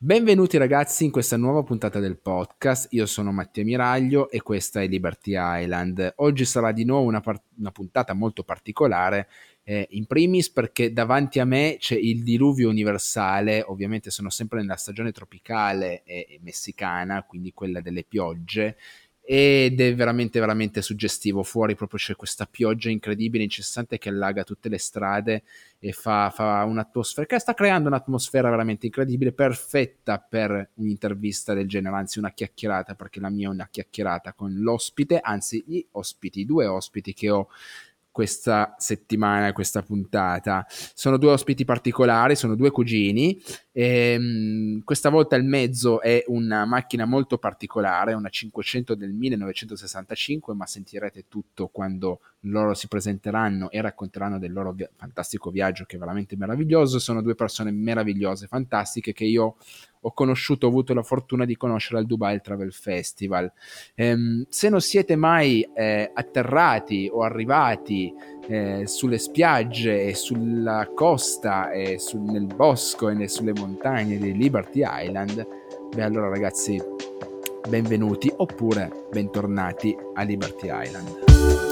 Benvenuti ragazzi in questa nuova puntata del podcast. Io sono Mattia Miraglio e questa è Liberty Island. Oggi sarà di nuovo una puntata molto particolare, in primis perché davanti a me c'è il diluvio universale. Ovviamente sono sempre nella stagione tropicale e messicana, quindi quella delle piogge, ed è veramente veramente suggestivo. Fuori proprio c'è questa pioggia incredibile, incessante, che allaga tutte le strade e fa un'atmosfera, che sta creando un'atmosfera veramente incredibile, perfetta per un'intervista del genere, anzi una chiacchierata, perché la mia è una chiacchierata con l'ospite, anzi i due ospiti che ho questa settimana, questa puntata. Sono due ospiti particolari, sono due cugini. Questa volta il mezzo è una macchina molto particolare, una 500 del 1965, ma sentirete tutto quando loro si presenteranno e racconteranno del loro fantastico viaggio, che è veramente meraviglioso. Sono due persone meravigliose, fantastiche, che io ho conosciuto, ho avuto la fortuna di conoscere al Dubai Travel Festival. Se non siete mai atterrati o arrivati sulle spiagge e sulla costa e nel bosco e sulle montagne di Liberty Island, beh allora ragazzi, benvenuti oppure bentornati a Liberty Island.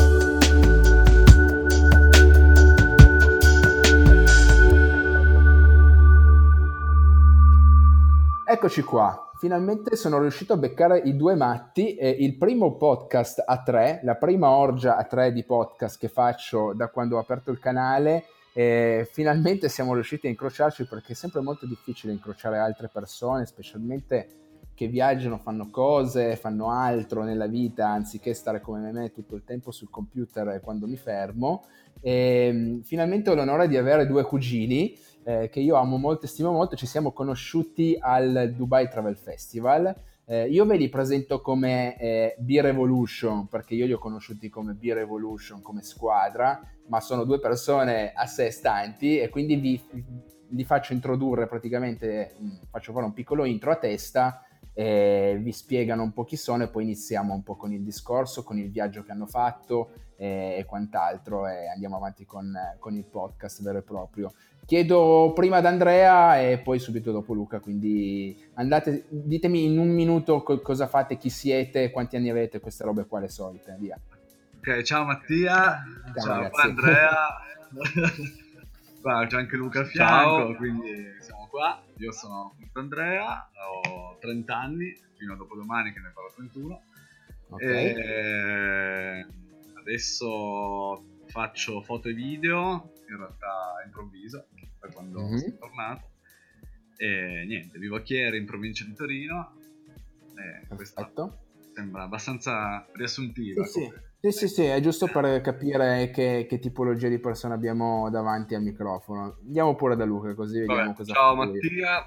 Eccoci qua, finalmente sono riuscito a beccare i due matti, il primo podcast a tre, la prima orgia a tre di podcast che faccio da quando ho aperto il canale. Finalmente siamo riusciti a incrociarci, perché è sempre molto difficile incrociare altre persone, specialmente che viaggiano, fanno cose, fanno altro nella vita, anziché stare come me tutto il tempo sul computer quando mi fermo. Finalmente ho l'onore di avere due cugini che io amo molto e stimo molto. Ci siamo conosciuti al Dubai Travel Festival. Io ve li presento come B-Revolution, perché io li ho conosciuti come B-Revolution, come squadra, ma sono due persone a sé stanti, e quindi vi faccio introdurre praticamente, faccio fare un piccolo intro a testa, vi spiegano un po' chi sono, e poi iniziamo un po' con il discorso, con il viaggio che hanno fatto e quant'altro, e andiamo avanti con il podcast vero e proprio. Chiedo prima ad Andrea e poi subito dopo Luca, quindi ditemi in un minuto cosa fate, chi siete, quanti anni avete, queste robe qua, le solite, via. Ok, ciao Mattia, ciao Ragazzi. Andrea, qua c'è anche Luca a fianco, quindi siamo qua. Io sono Andrea, ho 30 anni, fino a dopodomani che ne farò 31. Okay. E adesso faccio foto e video, in realtà improvviso, da quando sono tornato. E niente, vivo a Chieri, in provincia di Torino. Perfetto. Sembra abbastanza riassuntiva. Sì, è giusto per capire che tipologia di persone abbiamo davanti al microfono. Andiamo pure da Luca, così vediamo cosa Ciao fa lui. Mattia,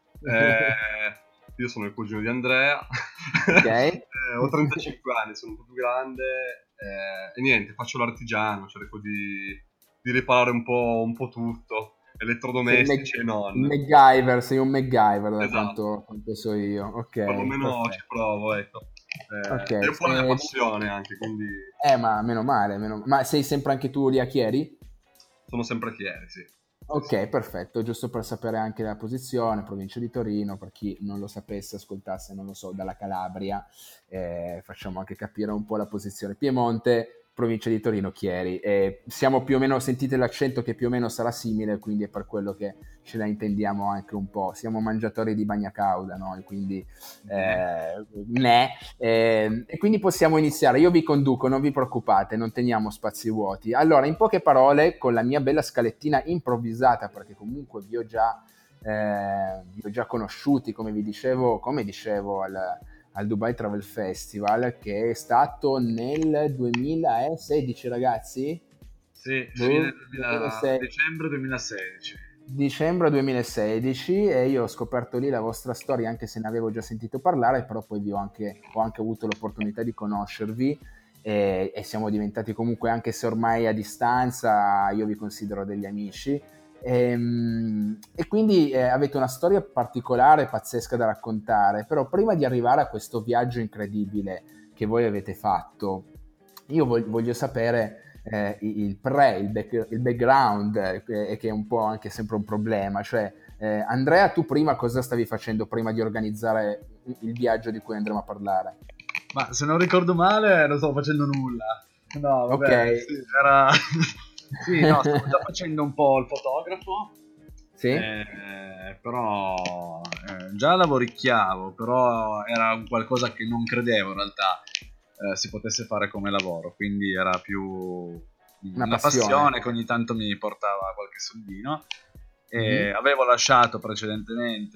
io sono il cugino di Andrea, Ok. ho 35 anni, sono un po' più grande e niente, faccio l'artigiano, cerco di riparare un po' tutto, elettrodomestici e non. Sei un MacGyver da Esatto, quanto so io. Ok, perlomeno ci perfetto. provo, ecco. Ok, È un po' la mia passione anche, quindi ma meno male, ma sei sempre anche tu lì a Chieri? sono sempre fieri, sì. Ok, perfetto, giusto per sapere anche la posizione, provincia di Torino, per chi non lo sapesse, ascoltasse, non lo so, dalla Calabria, facciamo anche capire un po' la posizione. Piemonte, provincia di Torino, Chieri. Siamo più o meno, sentite l'accento che più o meno sarà simile, quindi è per quello che ce la intendiamo anche un po'. Siamo mangiatori di bagna cauda noi, quindi e quindi possiamo iniziare. Io vi conduco, non vi preoccupate, non teniamo spazi vuoti. Allora, in poche parole, con la mia bella scalettina improvvisata, perché comunque vi ho già conosciuti, come dicevo al Dubai Travel Festival, che è stato nel 2016, ragazzi? Sì, fine 2006. dicembre 2016. Dicembre 2016, e io ho scoperto lì la vostra storia, anche se ne avevo già sentito parlare, però poi ho anche avuto l'opportunità di conoscervi, e siamo diventati comunque, anche se ormai a distanza, io vi considero degli amici. E quindi avete una storia particolare, pazzesca da raccontare. Però prima di arrivare a questo viaggio incredibile che voi avete fatto, io voglio sapere il background, che è un po' anche sempre un problema, cioè Andrea, tu prima cosa stavi facendo prima di organizzare il viaggio di cui andremo a parlare? Ma se non ricordo male, non stavo facendo nulla. No, Ok. vabbè, sì, era... sì, no, stavo già facendo un po' il fotografo, Sì? però già lavoricchiavo, però era un qualcosa che non credevo in realtà si potesse fare come lavoro, quindi era più Una una passione. passione che ogni tanto mi portava qualche soldino. Mhm. Avevo lasciato precedentemente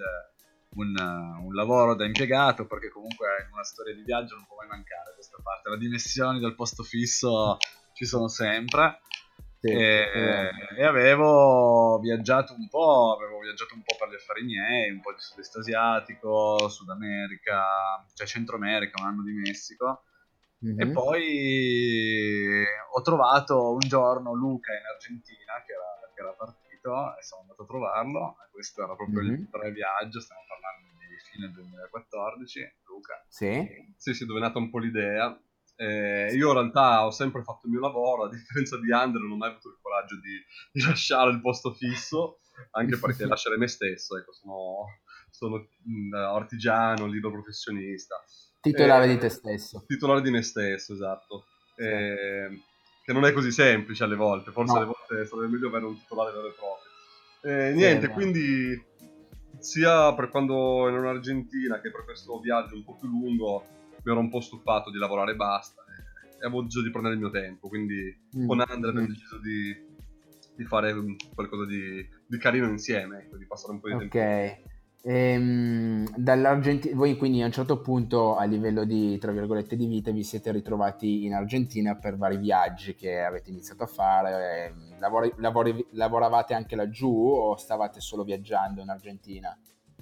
un lavoro da impiegato perché comunque in una storia di viaggio non può mai mancare questa parte. Le dimensioni del posto fisso ci sono sempre Sì, è vero. e avevo viaggiato un po' per gli affari miei, un po' di sud-est asiatico, Sud America, cioè Centro America, un anno di Messico. E Mhm. poi ho trovato un giorno Luca in Argentina che era partito e sono andato a trovarlo. E questo era proprio il Mhm. pre-viaggio, stiamo parlando di fine 2014. Luca. Sì. Sì, sì, dove è nata un po' l'idea. Io in realtà ho sempre fatto il mio lavoro, a differenza di Andre, non ho mai avuto il coraggio di lasciare il posto fisso, anche perché lasciare me stesso, ecco, sono un artigiano, libero professionista. Titolare di te stesso. Titolare di me stesso, esatto. Sì. Che non è così semplice alle volte, forse alle No, volte sarebbe meglio avere un titolare vero e proprio. sì, è Niente, vero. quindi sia per quando ero in Argentina che per questo viaggio un po' più lungo mi ero un po' stufato di lavorare e basta e avevo deciso di prendere il mio tempo, quindi con Mm, Andre abbiamo mm. deciso di fare qualcosa di carino insieme, ecco, di passare un po' di tempo insieme. Ok. Dall'Argentina, voi quindi a un certo punto a livello di, tra virgolette, di vita vi siete ritrovati in Argentina per vari viaggi che avete iniziato a fare. Lavoravate anche laggiù o stavate solo viaggiando in Argentina?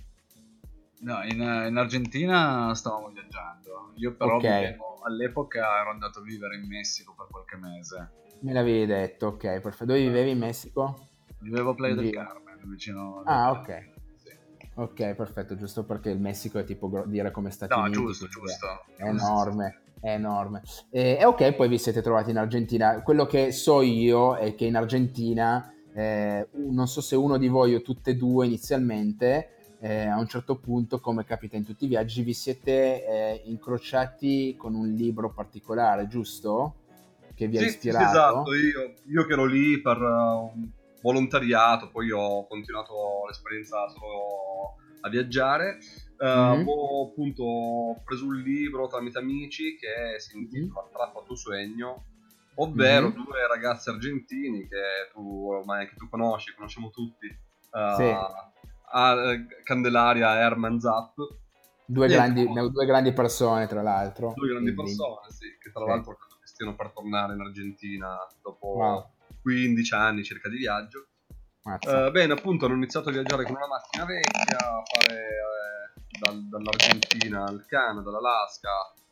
No, in Argentina stavamo viaggiando. Io però Ok, vivevo, all'epoca ero andato a vivere in Messico per qualche mese. me l'avevi detto, ok, perfetto. Dove vivevi in Eh, Messico? Vivevo a Playa In del giro. Carmen, vicino a Via Ah, ok. Colonia. Sì. Ok, perfetto, giusto perché il Messico è tipo dire come Stati No, Uniti, giusto, quindi giusto, è giusto, sì, sì. enorme, è enorme. E ok, poi vi siete trovati in Argentina. Quello che so io è che in Argentina, non so se uno di voi o tutte e due inizialmente, a un certo punto, come capita in tutti i viaggi, vi siete incrociati con un libro particolare, giusto? Che vi ha Sì, sì, sì, esatto. ispirato? Io che ero lì per un volontariato, poi ho continuato l'esperienza solo a viaggiare. Mhm, Ho appunto preso un libro tramite amici che si mhm, intitola Trappa tuo sogno, ovvero mhm. due ragazzi argentini che tu ormai che tu conosciamo tutti, Sì. Candelaria e Herman Zapp. Due Niente, due grandi persone, tra l'altro. due grandi Quindi, persone, sì, che tra sì. l'altro credo che stiano per tornare in Argentina Wow, dopo 15 anni circa di viaggio. mazza. Bene, appunto hanno iniziato a viaggiare con una macchina vecchia, a fare dall'Argentina al Canada, all'Alaska,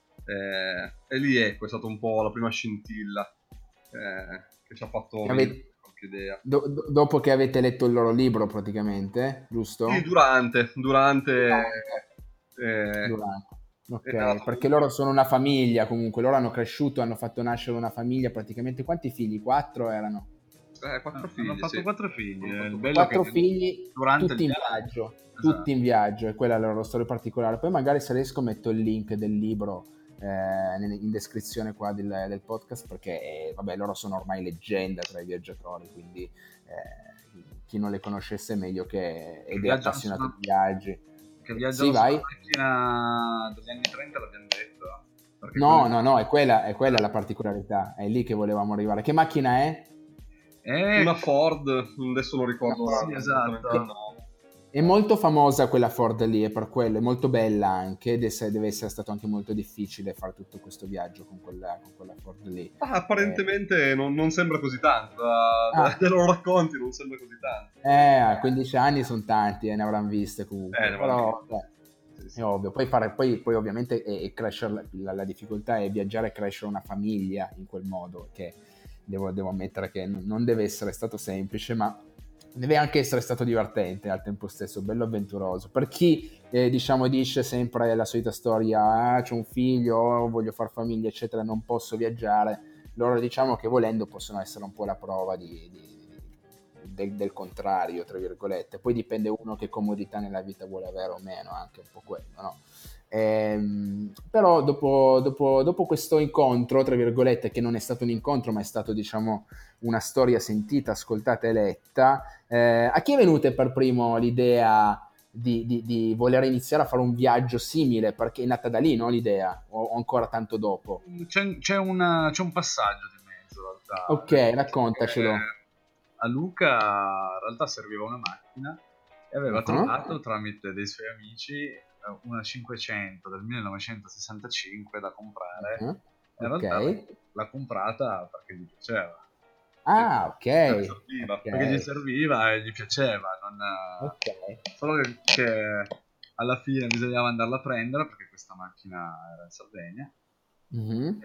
e lì ecco è stata un po' la prima scintilla che ci ha fatto Che venire avete, qualche idea. dopo che avete letto il loro libro, praticamente, Sì, giusto? durante Durante. eh, Durante. è Ok, nato perché comunque. loro sono una famiglia comunque, loro hanno cresciuto, hanno fatto nascere una famiglia praticamente. Quanti figli? Quattro erano? Quattro Hanno figli, fatto Sì. sì. Quattro figli. Hanno Il fatto bello è che quattro figli, durante il viaggio. tutti Esatto. in viaggio, e quella è la loro storia particolare. Poi magari se riesco metto il link del libro in descrizione qua del podcast perché vabbè, loro sono ormai leggenda tra i viaggiatori, quindi chi non le conoscesse è meglio che Che ed è viaggiano su appassionato una, di viaggi. che Sì, viaggiano su una vai. macchina degli anni 30, l'abbiamo detto. Perché quella No, no, no, è quella la particolarità, è lì che volevamo arrivare. Che macchina è? è una Ford, adesso non Una ricordo Ford. sì, esattamente il Che nome. è molto famosa quella Ford lì, è per quello, è molto bella anche, deve essere stato anche molto difficile fare tutto questo viaggio con quella Ford lì. Eh, Apparentemente non sembra così tanto, ah, dai loro racconti non sembra così tanto. a 15 anni sono tanti e ne avranno viste comunque, Ne avranno però visto, beh, sì, è sì. ovvio. Poi ovviamente è crescere, la difficoltà è viaggiare e crescere una famiglia in quel modo, che devo ammettere che non deve essere stato semplice, ma deve anche essere stato divertente al tempo stesso, bello avventuroso. Per chi diciamo dice sempre la solita storia, c'ho un figlio, voglio far famiglia, eccetera, non posso viaggiare, loro diciamo che volendo possono essere un po' la prova del contrario, tra virgolette. Poi dipende uno che comodità nella vita vuole avere o meno, anche un po' quello, no? Però dopo questo incontro, tra virgolette, che non è stato un incontro, ma è stato, diciamo, una storia sentita, ascoltata e letta, a chi è venuta per primo l'idea di voler iniziare a fare un viaggio simile? Perché è nata da lì, no, l'idea? O ancora tanto dopo? C'è un passaggio di mezzo, in realtà. Ok, Nel senso raccontacelo. che a Luca in realtà serviva una macchina e aveva Uh-huh. trovato tramite dei suoi amici una 500 del 1965 da comprare. Uh-huh. In Ok. realtà l'ha comprata perché gli piaceva. Ah, ok. Serviva, Ok. perché gli serviva e gli piaceva. Ok. Solo che alla fine bisognava andarla a prendere perché questa macchina era in Sardegna. Mhm.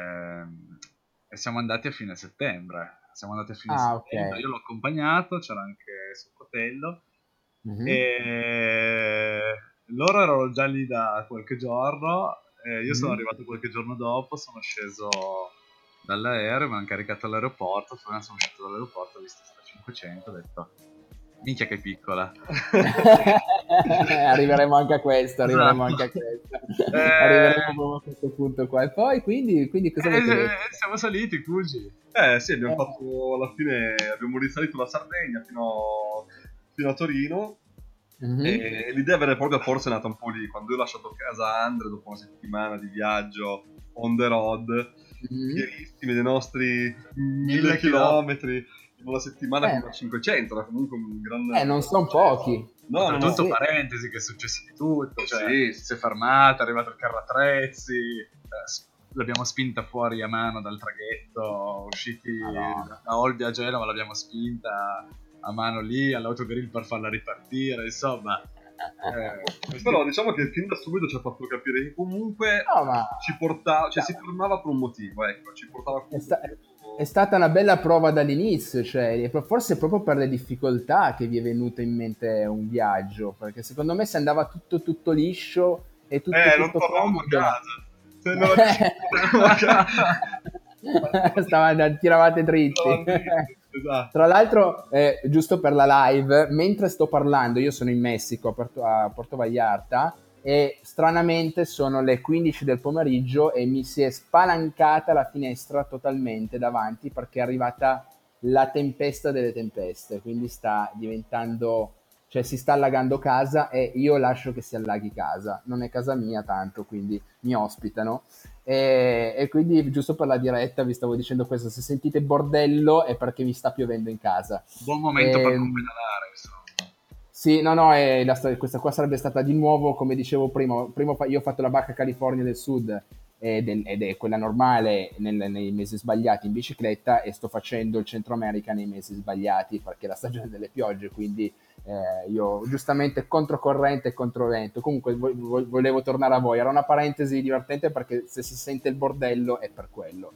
E siamo andati a fine settembre. Ah, ok. Io l'ho accompagnato, c'era anche suo fratello. Mhm. E loro erano già lì da qualche giorno. E io sono Mhm. arrivato qualche giorno dopo, sono sceso dall'aereo, mi hanno caricato all'aeroporto. Appena sono uscito dall'aeroporto, ho visto sta 500, ho detto, minchia che piccola. Arriveremo anche a questo, arriveremo Esatto. anche a questo. Arriveremo Eh, proprio a questo punto qua. E poi, quindi cosa avete detto? siamo saliti, Fuji. Sì, abbiamo Eh. fatto alla fine, abbiamo risalito la Sardegna fino a Torino. Mhm. E l'idea vera e propria forse è nata un po' lì, quando io ho lasciato casa Andre dopo una settimana di viaggio on the road, Mhm. fierissimi dei nostri 1000 chilometri in una settimana con Eh, una 500, era comunque un non gran sono successo. pochi. No, no, Oltretutto, no. Sì. parentesi, che è successo di tutto. Cioè, Sì, si è fermata, è arrivato il carro attrezzi, l'abbiamo spinta fuori a mano dal traghetto, usciti Madonna. da Olbia a Genova, l'abbiamo spinta a mano lì all'autogrill per farla ripartire, insomma. però diciamo che fin da subito ci ha fatto capire che comunque No, ma ci portava, cioè si fermava per un motivo, ecco, ci portava è, comunque è stata una bella prova dall'inizio, cioè, forse proprio per le difficoltà che vi è venuto in mente un viaggio, perché secondo me se andava tutto liscio e non tutto tornavamo a comodo. casa. Se non tornavamo a casa. Tiravate dritti. Eravamo dritti, esatto. Tra l'altro, giusto per la live, mentre sto parlando, io sono in Messico, a Porto Vallarta, e stranamente sono le 15 del pomeriggio e mi si è spalancata la finestra totalmente davanti perché è arrivata la tempesta delle tempeste, quindi sta diventando, cioè si sta allagando casa e io lascio che si allaghi casa, non è casa mia tanto, quindi mi ospitano. E quindi giusto per la diretta vi stavo dicendo questo, se sentite bordello è perché vi sta piovendo in casa. Buon momento per Ehm, completare, insomma. sì, no, no, questa qua sarebbe stata di nuovo, come dicevo prima, io ho fatto la Bacca California del Sud ed è quella normale nei mesi sbagliati in bicicletta e sto facendo il Centro America nei mesi sbagliati perché è la stagione delle piogge, quindi io giustamente controcorrente e controvento. Comunque volevo tornare a voi, era una parentesi divertente perché se si sente il bordello è per quello.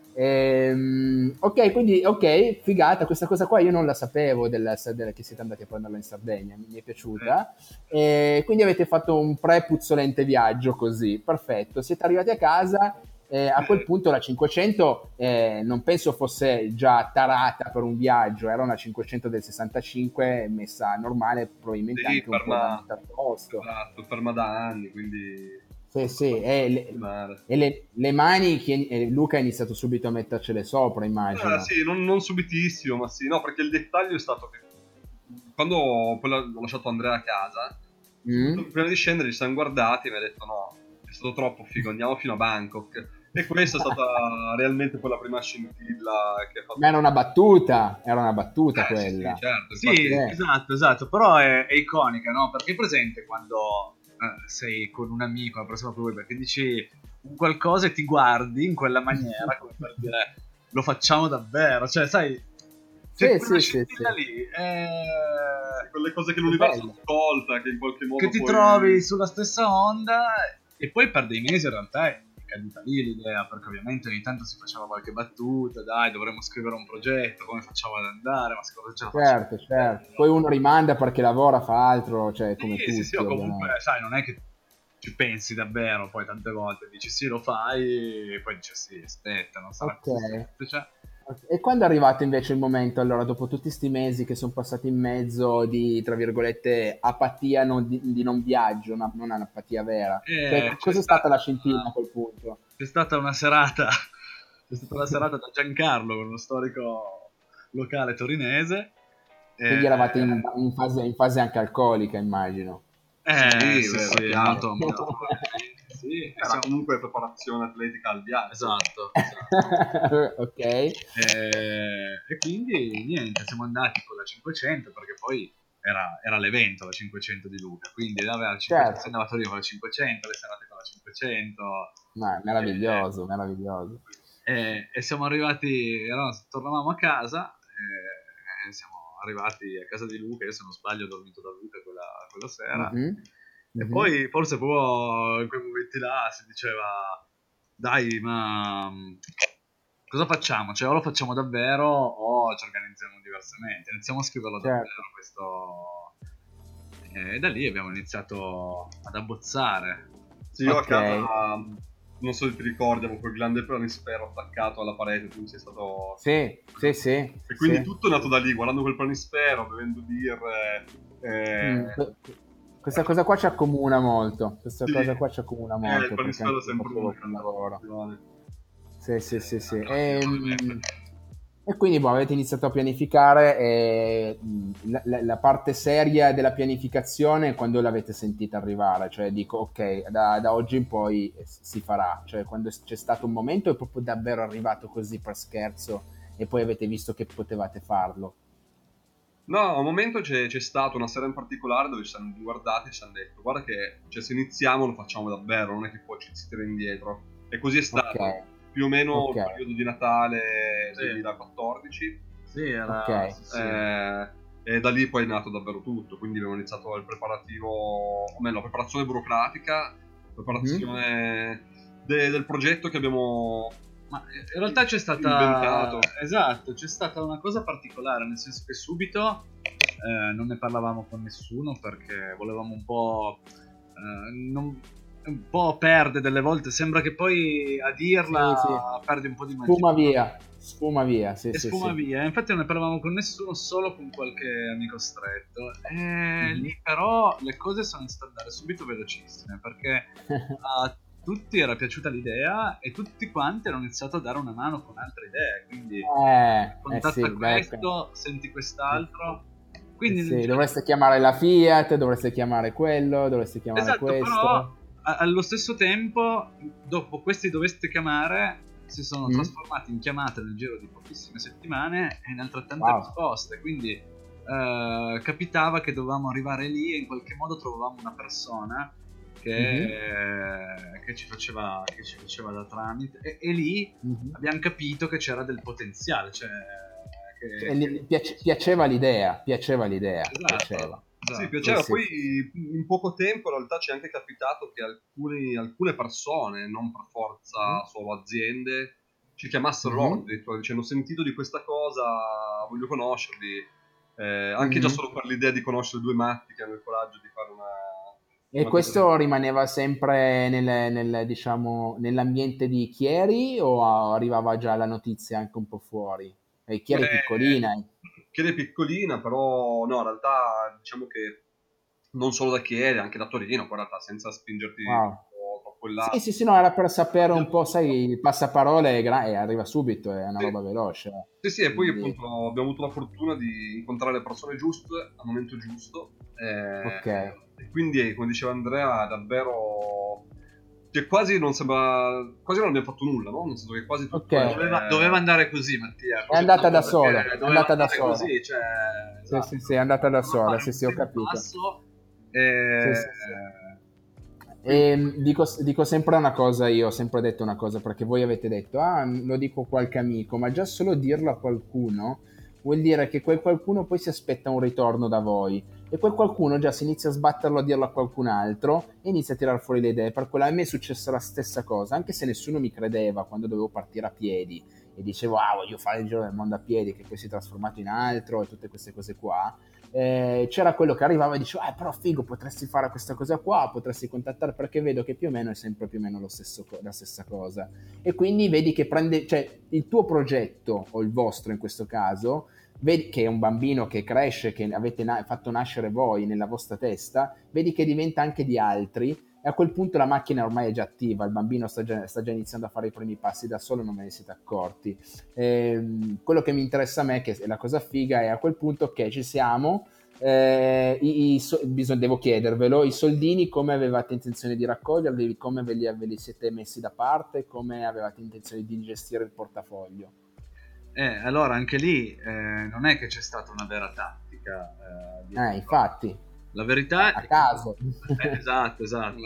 Ok, quindi ok, figata, questa cosa qua io non la sapevo che siete andati a prenderla in Sardegna, mi è piaciuta. E quindi avete fatto un pre-puzzolente viaggio così, perfetto. Siete arrivati a casa, a quel punto la 500 non penso fosse già tarata per un viaggio, era una 500 del 65 messa normale, probabilmente Sì, anche un po' da metà costo. esatto, ferma da anni, quindi Sì, sì, di mare. e le mani, Luca ha iniziato subito a mettercele sopra, immagino. Sì, non subitissimo, ma sì, no, perché il dettaglio è stato che quando poi ho lasciato Andrea a casa, Mm? subito prima di scendere ci siamo guardati e mi ha detto no, è stato troppo figo, andiamo fino a Bangkok. E questa è stata realmente poi la prima scintilla che ha Ma fatto. era una battuta Sì, sì, quella. certo, Sì, infatti. Sì, esatto, però è iconica, no? Perché è presente quando sei con un amico, una persona con lui, perché dici un qualcosa e ti guardi in quella maniera, come per dire, lo facciamo davvero, cioè, sai, c'è sì, quella sì, sì, sì. scintilla lì, Sì, quelle cose che È l'universo bello. ascolta, che in qualche che modo ti poi. trovi sulla stessa onda e poi per dei mesi in realtà è caduta lì l'idea, perché ovviamente ogni tanto si faceva qualche battuta, dai, dovremmo scrivere un progetto, come facciamo ad andare, ma secondo te ce la facciamo Certo, certo. Poi davvero? uno rimanda perché lavora, fa altro, cioè come Sì, sì, sì, tutti, o comunque, ovviamente. sai, non è che ci pensi davvero, poi tante volte dici sì, lo fai, e poi dici sì, aspetta, non sarà Ok, così semplice. E quando è arrivato invece il momento, allora, dopo tutti questi mesi che sono passati in mezzo di, tra virgolette, apatia di non viaggio, non un'apatia vera, cioè C'è cos'è stata la scintilla a quel punto? c'è stata una serata, c'è stata una serata da Giancarlo, uno storico locale torinese. Quindi eravate in fase anche alcolica, immagino. Sì, beh, sì, chiaro. molto, molto probabilmente, sì. E Era comunque preparazione atletica al viaggio. Esatto. Ok. E quindi niente, siamo andati con la 500 perché poi era l'evento, la 500 di Luca, quindi la 500, si Certo, andava a Torino con la 500, le serate con la 500. ma è eh, meraviglioso, meraviglioso. e siamo arrivati, tornavamo a casa, e siamo arrivati a casa di Luca. Io, se non sbaglio, ho dormito da Luca quella sera. Mhm, E mhm. poi forse proprio in quei momenti là si diceva: dai, ma cosa facciamo? Cioè, o lo facciamo davvero o ci organizziamo diversamente. Iniziamo a scriverlo Certo. davvero questo. E da lì abbiamo iniziato ad abbozzare. Sì, io a Ok. casa, non so se ti ricordi, avevo quel grande planisfero attaccato alla parete, tu sei stato... Sì, sì, sì, E quindi sì. tutto è nato da lì, guardando quel planisfero, bevendo birre. Mm, questa cosa qua ci accomuna molto. Questa Sì, cosa qua ci accomuna il molto perché planisfero anche è io sempre una facevo quel grande lavoro. passione. Sì, sì, sì, sì. Ovviamente. E quindi avete iniziato a pianificare e la parte seria della pianificazione quando l'avete sentita arrivare? Cioè dico, ok, da oggi in poi si farà. Cioè quando c'è stato un momento è proprio davvero arrivato così per scherzo e poi avete visto che potevate farlo. No, un momento c'è stata una sera in particolare dove ci siamo guardati e ci hanno detto: guarda che, cioè, se iniziamo lo facciamo davvero, non è che poi ci si tira indietro. E così è Ok, stato, più o meno ok, il periodo di Natale Sì, 2014. sì, ok. sì, sì. E da lì poi è nato davvero tutto. Quindi abbiamo iniziato il preparativo, o meglio, la preparazione burocratica, Mhm. preparazione del progetto che abbiamo Ma in realtà c'è stata, inventato. esatto, c'è stata una cosa particolare, nel senso che subito non ne parlavamo con nessuno perché volevamo un po', un po' perdere delle volte, sembra che poi a Sì, sì. dirla perdi un po' di magia Sfuma via, sì, e sì, sfuma sì. via. Infatti non ne parlavamo con nessuno, solo con qualche amico stretto. E Mhm. lì però le cose sono iniziate ad andare subito velocissime perché a tutti era piaciuta l'idea e tutti quanti hanno iniziato a dare una mano con altre idee. Quindi contatta Sì, beh, questo, senti eh, quest'altro. Quindi sì, dovreste chiamare la Fiat, dovreste chiamare quello, dovreste chiamare esatto, però questo. allo stesso tempo, dopo questi doveste chiamare, si sono Mm? trasformati in chiamate nel giro di pochissime settimane e in altrettante Wow. risposte. Quindi capitava che dovevamo arrivare lì e in qualche modo trovavamo una persona Mhm, che ci faceva da tramite e lì mhm. abbiamo capito che c'era del potenziale, cioè Cioè, piaceva l'idea, piaceva l'idea, piaceva. esatto, Sì, esatto. Sì, piaceva. sì, Poi sì, sì. in poco tempo in realtà ci è anche capitato che alcune persone, non per Mhm, forza solo aziende, ci chiamassero loro mhm, addirittura dicendo: ho sentito di questa cosa, voglio conoscerli. Anche già mhm. solo per l'idea di conoscere due matti che hanno il coraggio di fare E una cosa del questo genere. rimaneva sempre diciamo, nell'ambiente di Chieri o arrivava già la notizia anche un po' fuori? Chieri è piccolina. Chiede piccolina, però no, in realtà diciamo che non solo da Chieri, anche da Torino, poi in realtà senza spingerti Wow. troppo in Sì, là. sì, sì, no, era per sapere un po', Abbiamo- sai, il passaparole e arriva subito, è una Sì, roba veloce. sì, sì, e poi Quindi, appunto abbiamo avuto la fortuna di incontrare le persone giuste al momento giusto. ok, E quindi, come diceva Andrea, davvero... Cioè, quasi non sembra... quasi non abbiamo fatto nulla, no? Nel senso che quasi ok. tutto Doveva andare così, Mattia, È così andata da perché sola, è doveva andata da andare sola. così, cioè, Sì, sì, esatto, sì, è andata da doveva sola, fare sì, un sì, ho primo capito. passo Sì, sì, sì. quindi Dico sempre una cosa, io ho sempre detto una cosa, perché voi avete detto, ah, lo dico a qualche amico, ma già solo dirlo a qualcuno vuol dire che quel qualcuno poi si aspetta un ritorno da voi e quel qualcuno già si inizia a sbatterlo a dirlo a qualcun altro e inizia a tirar fuori le idee. Per quello a me è successa la stessa cosa, anche se nessuno mi credeva quando dovevo partire a piedi e dicevo, ah, voglio fare il giro del mondo a piedi, che poi si è trasformato in altro e tutte queste cose qua. c'era quello che arrivava e diceva però figo, potresti fare questa cosa qua, potresti contattare, perché vedo che più o meno è sempre più o meno la stessa cosa, e quindi vedi che prende, cioè il tuo progetto o il vostro in questo caso, vedi che è un bambino che cresce, che avete fatto nascere voi nella vostra testa, vedi che diventa anche di altri, e a quel punto la macchina ormai è già attiva, il bambino sta già iniziando a fare i primi passi da solo, non ve ne siete accorti. Quello che mi interessa a me, che è la cosa figa, è a quel punto che ci siamo, devo chiedervelo, i soldini come avevate intenzione di raccoglierli, come ve li siete messi da parte, come avevate intenzione di gestire il portafoglio? Allora anche lì non è che c'è stata una vera tattica. Infatti. La verità A è caso. esatto.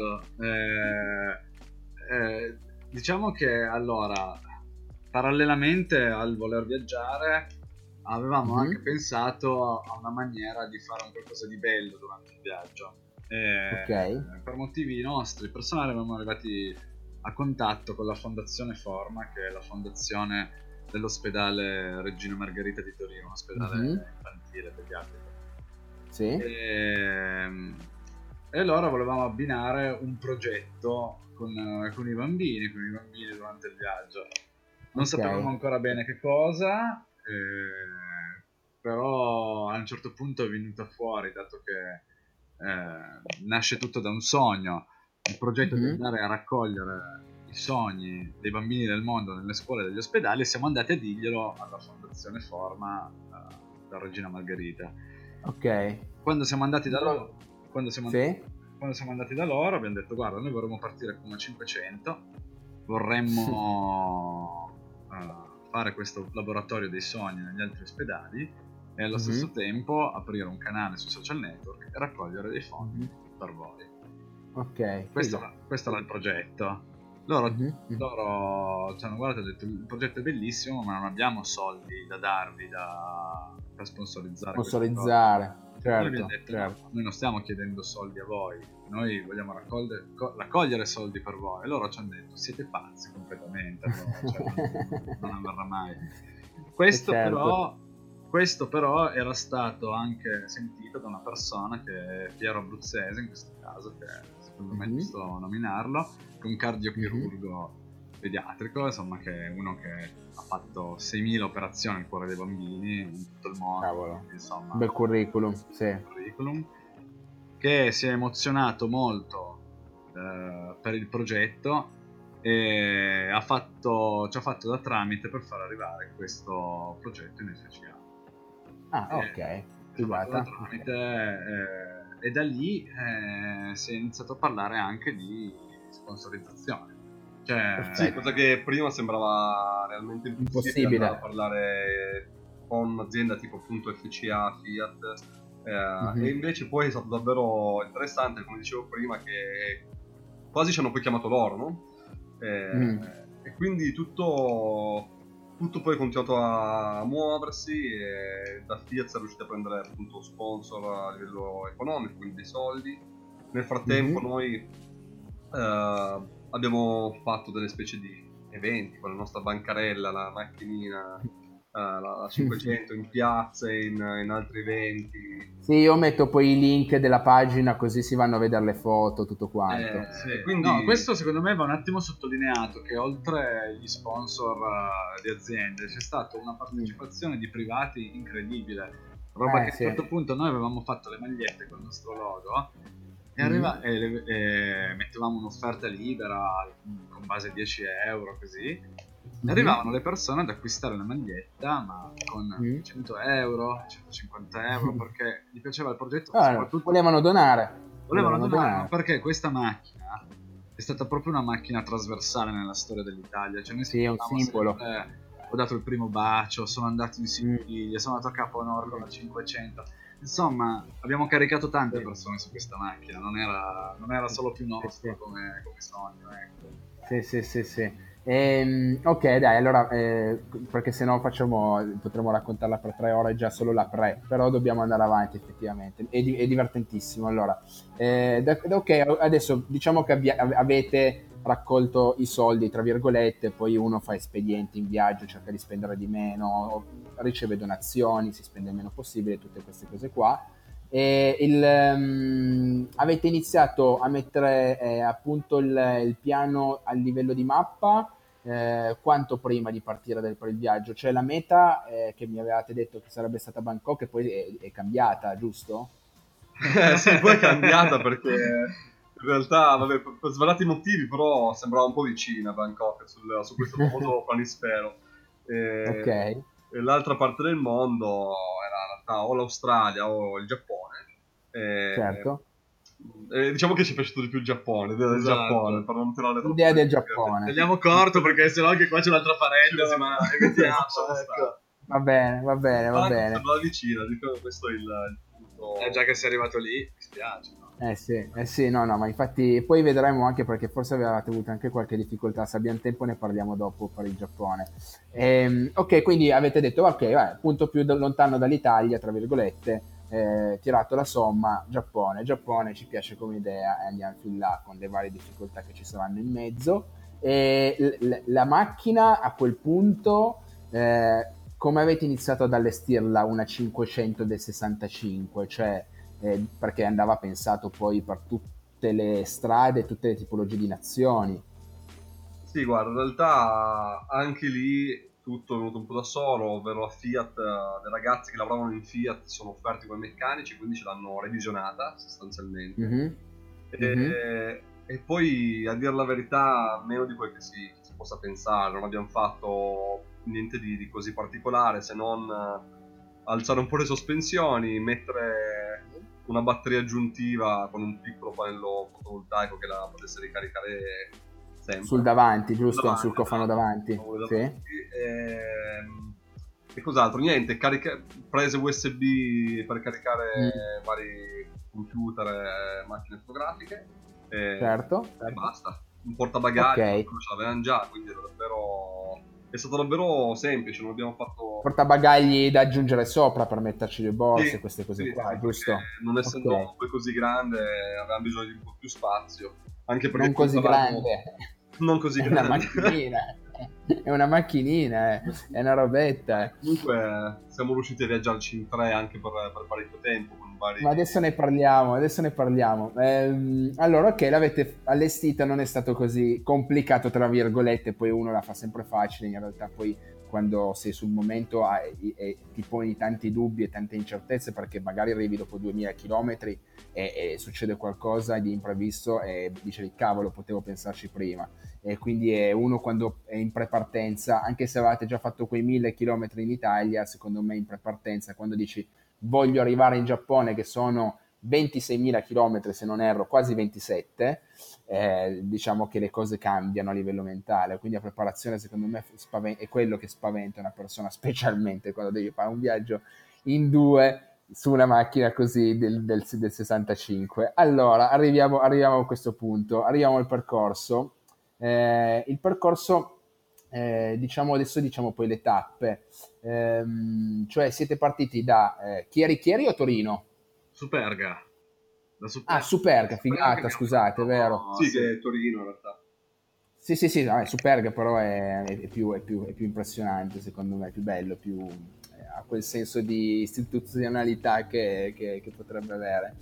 Diciamo che allora, parallelamente al voler viaggiare, avevamo anche pensato a una maniera di fare un qualcosa di bello durante il viaggio. Ok. Per motivi nostri personali eravamo arrivati a contatto con la Fondazione Forma, che è la fondazione dell'ospedale Regina Margherita di Torino, un ospedale infantile pediatrico. Sì. E allora volevamo abbinare un progetto con i bambini durante il viaggio. Non sapevamo ancora bene che cosa, però a un certo punto è venuta fuori, dato che nasce tutto da un sogno, il progetto di andare a raccogliere i sogni dei bambini del mondo nelle scuole e negli ospedali, e siamo andati a dirglielo alla Fondazione Forma da Regina Margherita. Ok. Quando siamo andati da loro, abbiamo detto: guarda, noi vorremmo partire con una 500, vorremmo fare questo laboratorio dei sogni negli altri ospedali e allo stesso tempo aprire un canale su social network e raccogliere dei fondi per voi. Ok. Questo era il progetto. Loro ci hanno guardato e hanno detto: il progetto è bellissimo, ma non abbiamo soldi da darvi per sponsorizzare. Certo. Noi abbiamo detto: no, noi non stiamo chiedendo soldi a voi, noi vogliamo raccogliere soldi per voi. E loro ci hanno detto: siete pazzi completamente, non avverrà mai. Questo però era stato anche sentito da una persona, che è Piero Abruzzese in questo caso, che secondo me è giusto nominarlo, che è un cardiochirurgo pediatrico, insomma, che è uno che ha fatto 6.000 operazioni al cuore dei bambini in tutto il mondo. Cavolo. Insomma, bel curriculum, sì. Che si è emozionato molto per il progetto e ci ha fatto da tramite per far arrivare questo progetto in FCA. Ok. Figata. E da lì si è iniziato a parlare anche di sponsorizzazione. Sì, cosa che prima sembrava realmente impossibile andare a parlare con un'azienda tipo appunto FCA, Fiat, e invece poi è stato davvero interessante, come dicevo prima, che quasi ci hanno poi chiamato loro, no? E quindi tutto poi è continuato a muoversi, e da Fiat si è riusciti a prendere appunto sponsor a livello economico, quindi dei soldi. Nel frattempo noi abbiamo fatto delle specie di eventi con la nostra bancarella, la macchinina, la 500 in piazza e in altri eventi. Sì, io metto poi i link della pagina, così si vanno a vedere le foto, tutto quanto. Quindi... No, questo secondo me va un attimo sottolineato, che oltre agli sponsor di aziende c'è stata una partecipazione di privati incredibile, roba che a un certo punto noi avevamo fatto le magliette con il nostro logo e mettevamo un'offerta libera con base 10 euro, così. Arrivavano le persone ad acquistare la maglietta, ma con 100 euro, 150 euro, perché gli piaceva il progetto. Soprattutto volevano donare, ma perché questa macchina è stata proprio una macchina trasversale nella storia dell'Italia. Cioè, noi è un simbolo. Ho dato il primo bacio, sono andato in Sicilia, sono andato a Caponor con la 500. Insomma, abbiamo caricato tante persone su questa macchina, non era solo più nostro come sogno, ecco. Sì. Ok, dai, allora, perché sennò potremmo raccontarla per 3 ore già solo la pre, però dobbiamo andare avanti effettivamente, è divertentissimo. Allora, ok, adesso diciamo che avete raccolto i soldi, tra virgolette, poi uno fa espedienti in viaggio, cerca di spendere di meno, riceve donazioni, si spende il meno possibile, tutte queste cose qua. Avete iniziato a mettere appunto il piano a livello di mappa quanto prima di partire per il viaggio? Cioè la meta che mi avevate detto che sarebbe stata Bangkok e poi è cambiata, giusto? Sì, poi è cambiata perché in realtà, vabbè, per svariati motivi, però sembrava un po' vicina Bangkok su questo famoso planisfero. Ok, E l'altra parte del mondo era in realtà o l'Australia o il Giappone. certo. Diciamo che ci è piaciuto di più il Giappone, l'idea del Esatto. Giappone, per non tirare troppo Idea le del brigate. Giappone. Tagliamo corto perché sennò anche qua c'è un'altra parentesi, ma evitiamo. Lasciamo stare. Va bene, va bene, va Bangkok bene. sembrava vicina, dico, questo è il punto. Già che sei arrivato lì, mi spiace, no? Eh sì, no, no, ma infatti poi vedremo anche perché forse avevate avuto anche qualche difficoltà, se abbiamo tempo ne parliamo dopo per il Giappone. Ok, quindi avete detto, ok, vai, punto più lontano dall'Italia, tra virgolette, tirato la somma, Giappone. Giappone ci piace come idea e andiamo fin là con le varie difficoltà che ci saranno in mezzo. E la macchina a quel punto, come avete iniziato ad allestirla una 500 del 65? Cioè perché andava pensato poi per tutte le strade, tutte le tipologie di nazioni. Sì, guarda, in realtà anche lì tutto è venuto un po' da solo, ovvero la Fiat, dei ragazzi che lavoravano in Fiat si sono offerti come meccanici, quindi ce l'hanno revisionata sostanzialmente. Mhm, mhm. E poi, a dire la verità, meno di quel che si possa pensare, non abbiamo fatto niente di così particolare, se non alzare un po' le sospensioni, mettere una batteria aggiuntiva con un piccolo pannello fotovoltaico che la potesse ricaricare Sul sempre. davanti, giusto? Davanti, Sul cofano esatto, davanti. Sì, davanti. E cos'altro? Niente, prese USB per mm, caricare vari computer e macchine fotografiche certo, e certo. basta. Un portabagagli, Ok, quello ce l'avevano già, quindi è stato davvero semplice, non abbiamo fatto. portabagagli da aggiungere sopra per metterci le Sì, borse, queste cose sì, qua, sì, perché giusto? non Ok, essendo poi così grande avevamo bisogno di un po' più spazio, anche perché non così contavamo grande, non così è una grande. macchinina, è una macchinina, è una robetta. Comunque siamo riusciti a viaggiarci in tre anche per parecchio tempo con vari. Ma adesso ne parliamo, adesso ne parliamo. Allora, ok, l'avete allestita, non è stato così complicato, tra virgolette, poi uno la fa sempre facile, in realtà poi quando sei sul momento ti poni tanti dubbi e tante incertezze perché magari arrivi dopo 2000 km e succede qualcosa di imprevisto e dici, cavolo, potevo pensarci prima. E quindi è uno quando è in prepartenza, anche se avevate già fatto quei 1000 km in Italia, secondo me in prepartenza, quando dici voglio arrivare in Giappone che sono 26.000 km se non erro, quasi 27, diciamo che le cose cambiano a livello mentale, quindi la preparazione secondo me è quello che spaventa una persona, specialmente quando devi fare un viaggio in due su una macchina così del 65. Allora, arriviamo a questo punto, arriviamo al percorso. Il percorso, diciamo adesso diciamo poi le tappe. Cioè siete partiti da Chieri Chieri o Torino? Superga. Da Ah, Superga. Superga, Superga figata, abbiamo scusate, vero? fatto, Sì, sì. che è Torino in realtà. Sì, sì, sì, vabbè, Superga però è più impressionante, secondo me, è più bello, ha quel senso di istituzionalità che potrebbe avere.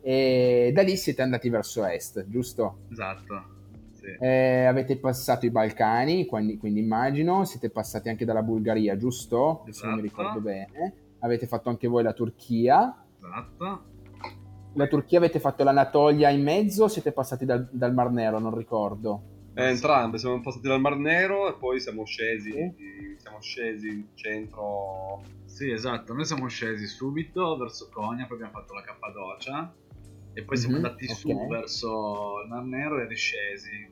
E da lì siete andati verso est, giusto? Esatto, sì. Avete passato i Balcani, quindi immagino, siete passati anche dalla Bulgaria, giusto? Se non mi Esatto, ricordo bene. Avete fatto anche voi la Turchia. esatto. La Turchia avete fatto l'Anatolia in mezzo, siete passati dal Mar Nero, non ricordo. Entrambe, siamo passati dal Mar Nero e poi Sì? siamo scesi in centro. Sì, esatto. Noi siamo scesi subito verso Konya, poi abbiamo fatto la Cappadocia e poi siamo Mhm, andati ok, su verso il Mar Nero e riscesi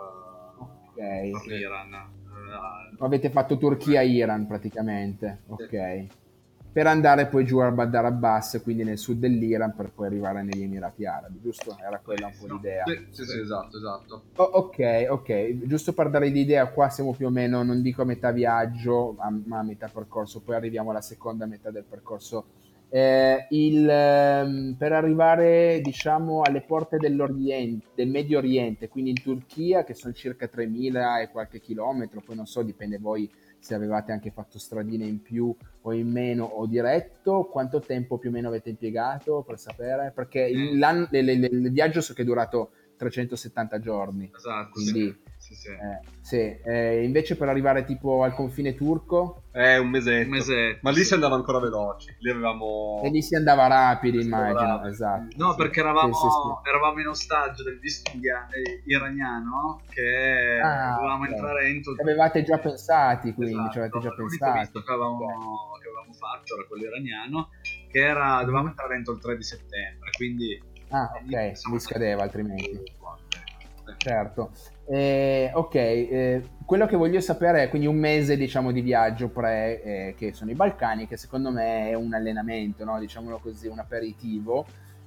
ok. per Sì, l'Iran. Avete fatto Turchia-Iran praticamente, sì. ok. Per andare poi giù a Bandar Abbas, quindi nel sud dell'Iran, per poi arrivare negli Emirati Arabi, giusto? Era quella un po' Bravissimo. l'idea. Sì, sì, sì, esatto, esatto. Ok, ok, giusto per dare l'idea, qua siamo più o meno, non dico a metà viaggio, ma a metà percorso, poi arriviamo alla seconda metà del percorso Per arrivare, diciamo, alle porte dell'Oriente, del Medio Oriente, quindi in Turchia, che sono circa 3000 e qualche chilometro, poi non so, dipende voi se avevate anche fatto stradine in più o in meno o diretto, quanto tempo più o meno avete impiegato per sapere? Perché il viaggio so che è durato 370 giorni, Esatto, quindi sì. sì. Invece per arrivare tipo al confine turco? Un mesetto. Ma lì si andava ancora veloci. Lì avevamo... E lì si andava rapidi, si andava immagino, rapidi, esatto. No, sì. perché Sì. eravamo in ostaggio del visto iraniano che dovevamo Ok. entrare entro il... Ci avevate già pensati, quindi, ci avete Esatto, già l'unico pensati. visto che avevamo fatto era quello iraniano, che dovevamo Mhm. entrare entro il 3 di settembre, quindi Ah, lì ok, siamo mi andati scadeva altrimenti. Sì. Certo. Ok, quello che voglio sapere è quindi un mese, diciamo, di viaggio che sono i Balcani, che secondo me è un allenamento, no? Diciamolo così, un aperitivo.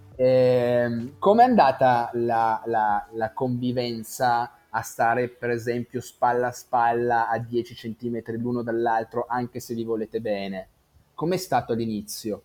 Com'è andata la convivenza a stare, per esempio, spalla a spalla a 10 centimetri l'uno dall'altro, anche se vi volete bene? Com'è stato all'inizio?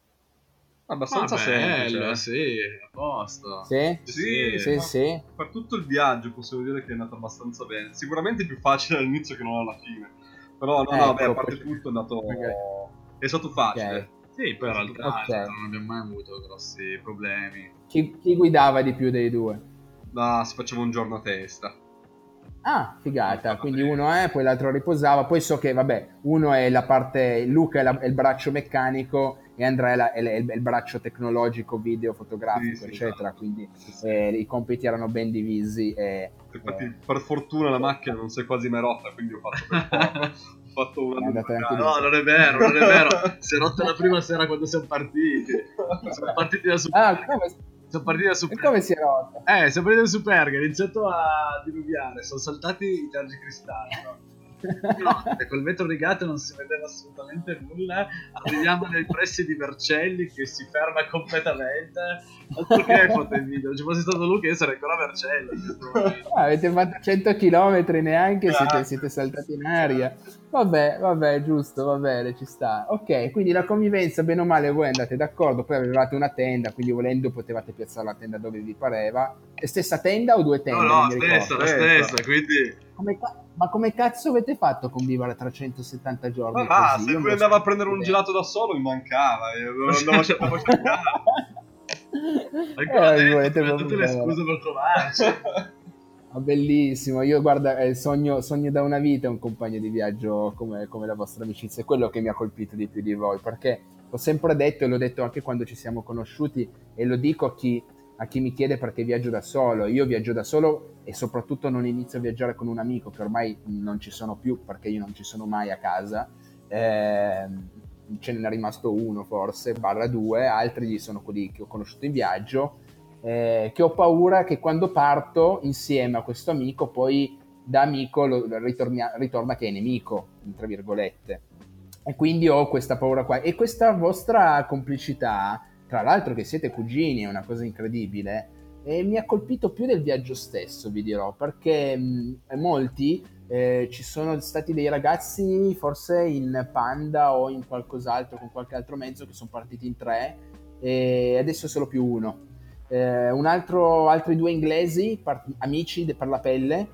Ma Abbastanza bello, semplice. sì, a posto. Sì? Sì, Sì, Sì, ma sì. per tutto il viaggio possiamo dire che è andato abbastanza bene. Sicuramente più facile all'inizio che non alla fine. Però no, beh, a Ecco, parte tutto è andato... perché- È stato ok, facile. sì, poi È in stato realtà ok. non abbiamo mai avuto grossi problemi. Chi guidava di più dei due? si faceva un giorno a testa. Ah, Un figata. giorno a Quindi uno testa. è, poi l'altro riposava. Poi so che, vabbè, uno è la parte, Luca è il braccio meccanico e Andrea è il braccio tecnologico, video, Sì, fotografico, sì, eccetera. esatto. Quindi Sì, sì. i compiti erano ben divisi. Infatti, per fortuna la macchina non si è quasi mai rotta, quindi ho fatto per poco. Ho fatto un è anno di andata anche No, di... non è vero, non è vero. Si è rotta la prima sera quando siamo partiti. Siamo partiti da Ah, Superga. Siamo partiti da e Superga. come si è rotta? Siamo partiti da Superga, ha iniziato a diluviare, sono saltati i tergicristalli. No? Notte, col vetro rigato non si vedeva assolutamente nulla. Arriviamo nei pressi di Vercelli che si ferma completamente. Altro che foto e video, ci fosse stato Luca io sarei ancora a Vercelli in questo momento. Avete fatto 100 km neanche, siete Grazie. saltati in aria. Vabbè, giusto, va bene, ci sta. Ok, quindi la convivenza, bene o male, voi andate d'accordo, poi avevate una tenda, quindi volendo potevate piazzare la tenda dove vi pareva. E stessa tenda o due No, tende, non no, mi stessa, ricordo. la stessa, quindi... Ma come cazzo avete fatto a convivere 370 Ma giorni va, così? se Io me lui lo andava sono a prendere un bene. gelato da solo mi mancava, io andavo a cercare. Ancora Vi adesso volete troviamo proprio tutte le bene. scuse per trovarci. Ah, bellissimo, io guarda, sogno da una vita un compagno di viaggio come la vostra amicizia, è quello che mi ha colpito di più di voi, perché ho sempre detto, e l'ho detto anche quando ci siamo conosciuti, e lo dico a chi mi chiede perché viaggio da solo, io viaggio da solo e soprattutto non inizio a viaggiare con un amico, che ormai non ci sono più, perché io non ci sono mai a casa, ce n'è rimasto uno forse, barra due, altri sono quelli che ho conosciuto in viaggio, che ho paura che quando parto insieme a questo amico poi da amico ritorna che è nemico, tra virgolette. E quindi ho questa paura qua. E questa vostra complicità, tra l'altro che siete cugini, è una cosa incredibile, e mi ha colpito più del viaggio stesso, vi dirò, perché molti ci sono stati dei ragazzi forse in Panda o in qualcos'altro, con qualche altro mezzo, che sono partiti in tre e adesso è solo più uno. Altri due inglesi, amici per la pelle,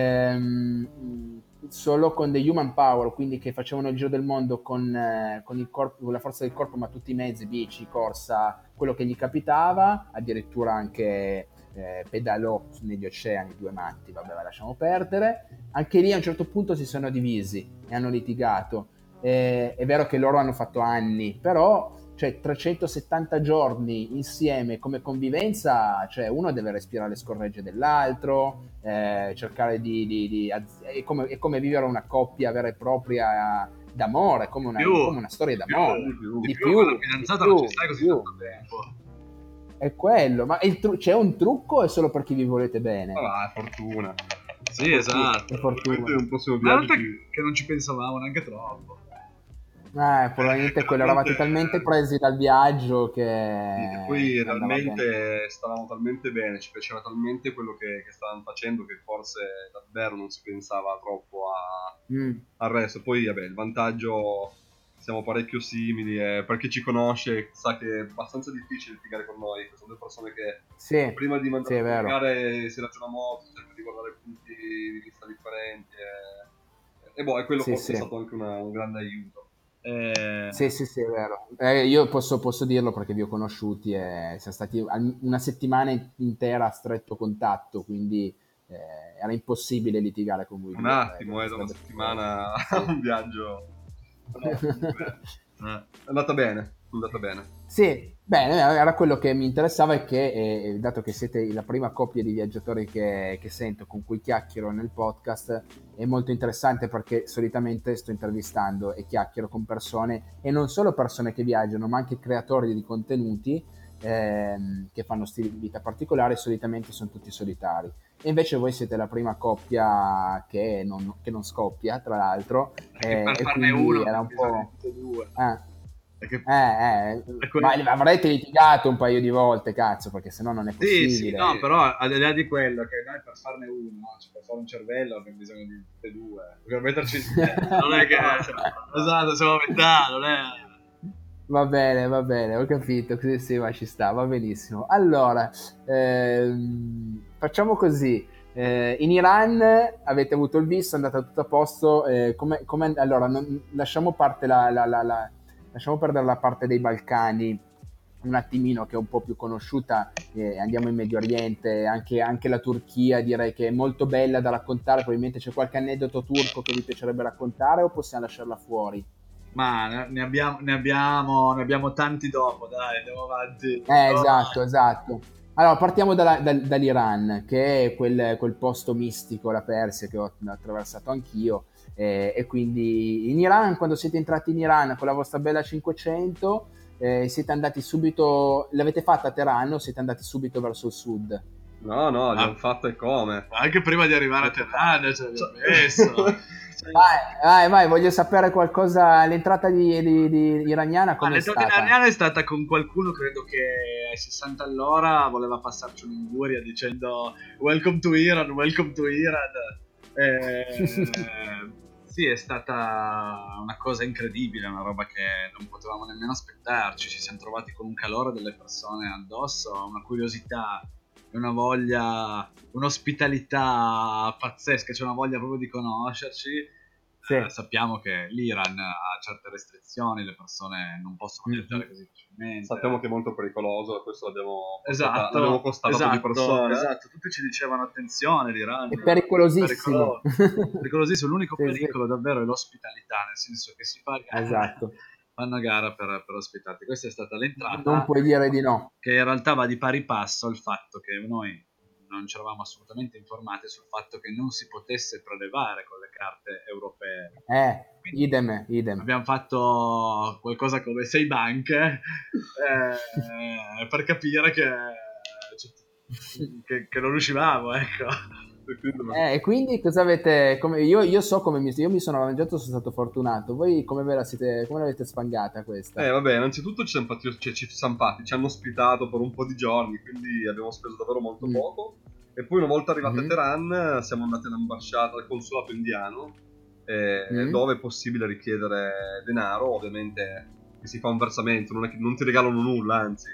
solo con The Human Power, quindi che facevano il giro del mondo con il corpo, con la forza del corpo, ma tutti i mezzi, bici, corsa, quello che gli capitava, addirittura anche pedalò negli oceani, due matti, vabbè, la lasciamo perdere. Anche lì a un certo punto si sono divisi e hanno litigato. È vero che loro hanno fatto anni, però cioè 370 giorni insieme come convivenza, cioè uno deve respirare le scorregge dell'altro, cercare è come vivere una coppia vera e propria d'amore, come una storia Di più, d'amore. di Di più con la più, di fidanzata non ci più, stai di così più. tanto tempo. È quello, ma c'è un trucco o è solo per chi vi volete Ma bene? va, è fortuna. Sì, È esatto. Probabilmente è fortuna. un prossimo Ma in viaggio realtà ci... che non ci pensavamo neanche troppo. Probabilmente quello, Realmente... eravate talmente presi dal viaggio che, Sì, e poi che andava bene. realmente stavamo talmente bene, ci piaceva talmente quello che stavamo facendo che forse davvero non si pensava troppo Mm. al resto. Poi, vabbè, il vantaggio siamo parecchio simili, per chi ci conosce sa che è abbastanza difficile litigare con noi, sono due persone che prima di mandare a litigare si ragiona molto, cerca di guardare punti di vista differenti e boh, e quello forse è stato anche un grande aiuto. Sì, è vero. Io posso dirlo perché vi ho conosciuti e siamo stati una settimana intera a stretto contatto, quindi era impossibile litigare con voi. Un attimo, da una settimana a un viaggio. No, è andata bene. Sì, bene, era quello che mi interessava e che, dato che siete la prima coppia di viaggiatori che sento, con cui chiacchiero nel podcast, è molto interessante perché solitamente sto intervistando e chiacchiero con persone, e non solo persone che viaggiano, ma anche creatori di contenuti che fanno stili di vita particolari, solitamente sono tutti solitari. E invece voi siete la prima coppia che non scoppia, tra l'altro, per farne uno era un po'... due. Ma avrete litigato un paio di volte, cazzo, perché sennò non è possibile. Sì, no, però al di là di quello, che noi per farne uno, cioè per fare un cervello abbiamo bisogno di tutte e due, per metterci non è che esatto, siamo a metà, non è... Va bene, ho capito, sì, ma ci sta, va benissimo. Allora, facciamo così. In Iran avete avuto il visto, è andata tutto a posto. Allora, lasciamo perdere la parte dei Balcani un attimino, che è un po' più conosciuta, andiamo in Medio Oriente, anche la Turchia direi che è molto bella da raccontare. Probabilmente c'è qualche aneddoto turco che vi piacerebbe raccontare, o possiamo lasciarla fuori? Ma ne abbiamo tanti dopo, dai, andiamo avanti. Esatto. Allora, partiamo dall'Iran, che è quel posto mistico, la Persia, che ho attraversato anch'io, e quindi in Iran, quando siete entrati in Iran con la vostra bella 500, siete andati subito, l'avete fatta a Teheran o siete andati subito verso il sud? No, abbiamo fatto e come? Anche prima di arrivare a Teheran, cioè, abbiamo messo... Vai, voglio sapere qualcosa. L'entrata di iraniana come è stata? L'entrata iraniana è stata con qualcuno, credo che ai 60 all'ora voleva passarci un'inguria dicendo welcome to Iran. Sì, è stata una cosa incredibile, una roba che non potevamo nemmeno aspettarci. Ci siamo trovati con un calore delle persone addosso, una curiosità, una voglia, un'ospitalità pazzesca, c'è una voglia proprio di conoscerci. Sì. Sappiamo che l'Iran ha certe restrizioni, le persone non possono viaggiare così facilmente. Sappiamo che è molto pericoloso, questo l'abbiamo constatato di persona. Esatto, tutti ci dicevano attenzione, l'Iran è pericolosissimo. Pericolosissimo. L'unico pericolo davvero è l'ospitalità, nel senso che si fa fanno a gara per ospitarti. Questa è stata l'entrata. Non puoi dire di no. Che in realtà va di pari passo al fatto che noi non ci eravamo assolutamente informati sul fatto che non si potesse prelevare con le carte europee. Idem. Abbiamo fatto qualcosa come 6 banche per capire che non uscivamo, ecco. E quindi cosa avete? Io so come io mi sono arrangiato, sono stato fortunato. Voi come l'avete spangata questa? Vabbè, innanzitutto ci siamo fatti, ci hanno ospitato per un po' di giorni, quindi abbiamo speso davvero molto poco. E poi una volta arrivati a Teheran siamo andati all'ambasciata, al consolato indiano, dove è possibile richiedere denaro. Ovviamente si fa un versamento, non è che non ti regalano nulla, anzi.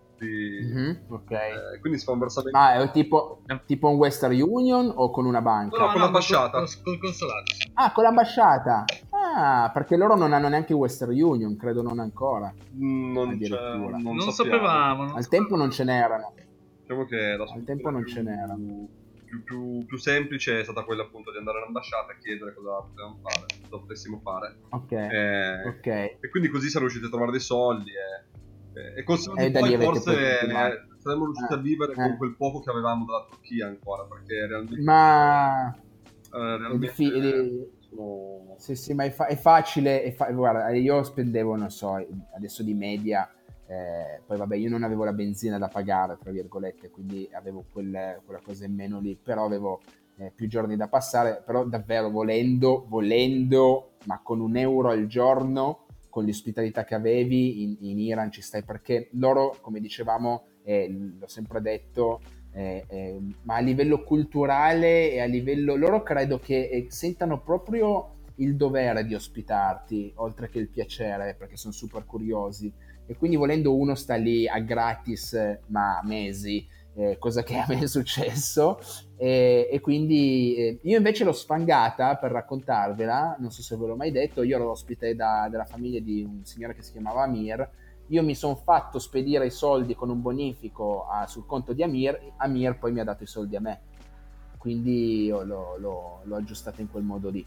Ok. Quindi si fa un versamento. Ma è tipo un Western Union o con una banca? No, con l'ambasciata. Col consolato. Con l'ambasciata. Perché loro non hanno neanche Western Union, credo non ancora. Non sapevamo. Al tempo non ce n'erano. Diciamo che al tempo non ce n'erano. Più semplice è stata quella appunto di andare all'ambasciata e chiedere cosa potessimo fare. Ok. E quindi così siamo riusciti a trovare dei soldi e con soldi poi forse saremmo riusciti a vivere con quel poco che avevamo dalla Turchia ancora, perché realmente sì, ma è facile. Guarda, io spendevo, non so, adesso di media, poi vabbè, io non avevo la benzina da pagare, tra virgolette, quindi avevo quella cosa in meno lì, però avevo più giorni da passare. Però davvero volendo, ma con €1 al giorno, con l'ospitalità che avevi in Iran ci stai, perché loro, come dicevamo, l'ho sempre detto, ma a livello culturale e a livello, loro credo che sentano proprio il dovere di ospitarti, oltre che il piacere, perché sono super curiosi. E quindi volendo uno sta lì a gratis, ma mesi, cosa che a me è successo, e quindi io invece l'ho sfangata per raccontarvela, non so se ve l'ho mai detto, io ero ospite della famiglia di un signore che si chiamava Amir. Io mi sono fatto spedire i soldi con un bonifico sul conto di Amir poi mi ha dato i soldi a me, quindi io l'ho aggiustata in quel modo lì.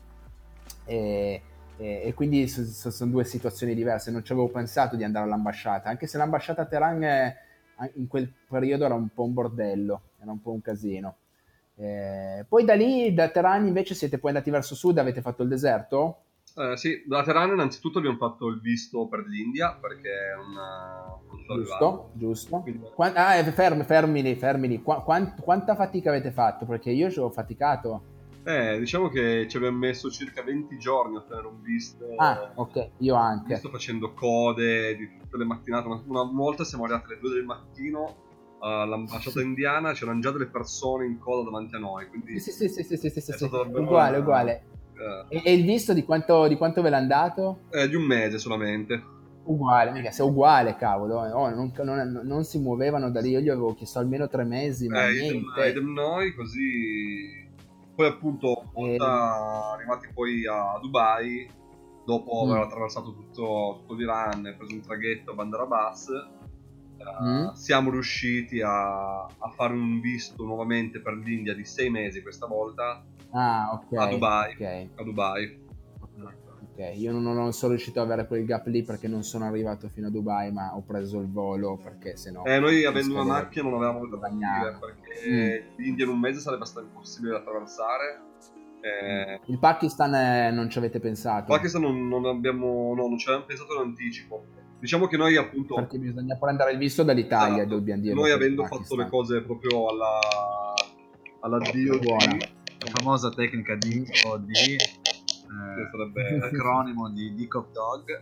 E quindi sono due situazioni diverse. Non ci avevo pensato di andare all'ambasciata, anche se l'ambasciata a Teheran in quel periodo era un po' un bordello, era un po' un casino. Poi da lì, da Teheran invece siete poi andati verso sud, avete fatto il deserto? Sì, da Teheran innanzitutto abbiamo fatto il visto per l'India perché è non so arrivato. Giusto. Quindi, Fermi. Quanta fatica avete fatto? Perché io ci ho faticato. diciamo che ci abbiamo messo circa 20 giorni a ottenere un visto. Ah, ok, io anche. Sto facendo code di tutte le mattinate. Una volta siamo arrivati alle 2 del mattino all'ambasciata indiana, c'erano già delle persone in coda davanti a noi. Quindi Sì. è stato davvero Uguale. E il visto di quanto ve l'hanno dato? di un mese solamente. Uguale, mica sei uguale, cavolo. Non si muovevano da lì. Io gli avevo chiesto almeno 3 mesi, ma niente. Idem noi, così. Poi appunto, una volta arrivati poi a Dubai, dopo aver attraversato tutto l'Iran e preso un traghetto a Bandar Abbas, siamo riusciti a fare un visto nuovamente per l'India di 6 mesi questa volta. A Dubai. Okay. A Dubai. Ok, io non sono riuscito ad avere quel gap lì perché non sono arrivato fino a Dubai, ma ho preso il volo perché sennò... Noi avendo una macchina non avevamo le alternative perché l'India in un mese sarebbe stato impossibile da attraversare. Il Pakistan non ci avete pensato? Il Pakistan non ci avevamo pensato in anticipo. Diciamo che noi appunto... Perché bisogna prendere il visto dall'italia, esatto, dobbiamo dire. noi avendo fatto le cose proprio alla DOD, la famosa tecnica DOD, che sarebbe l'acronimo di Dick of Dog.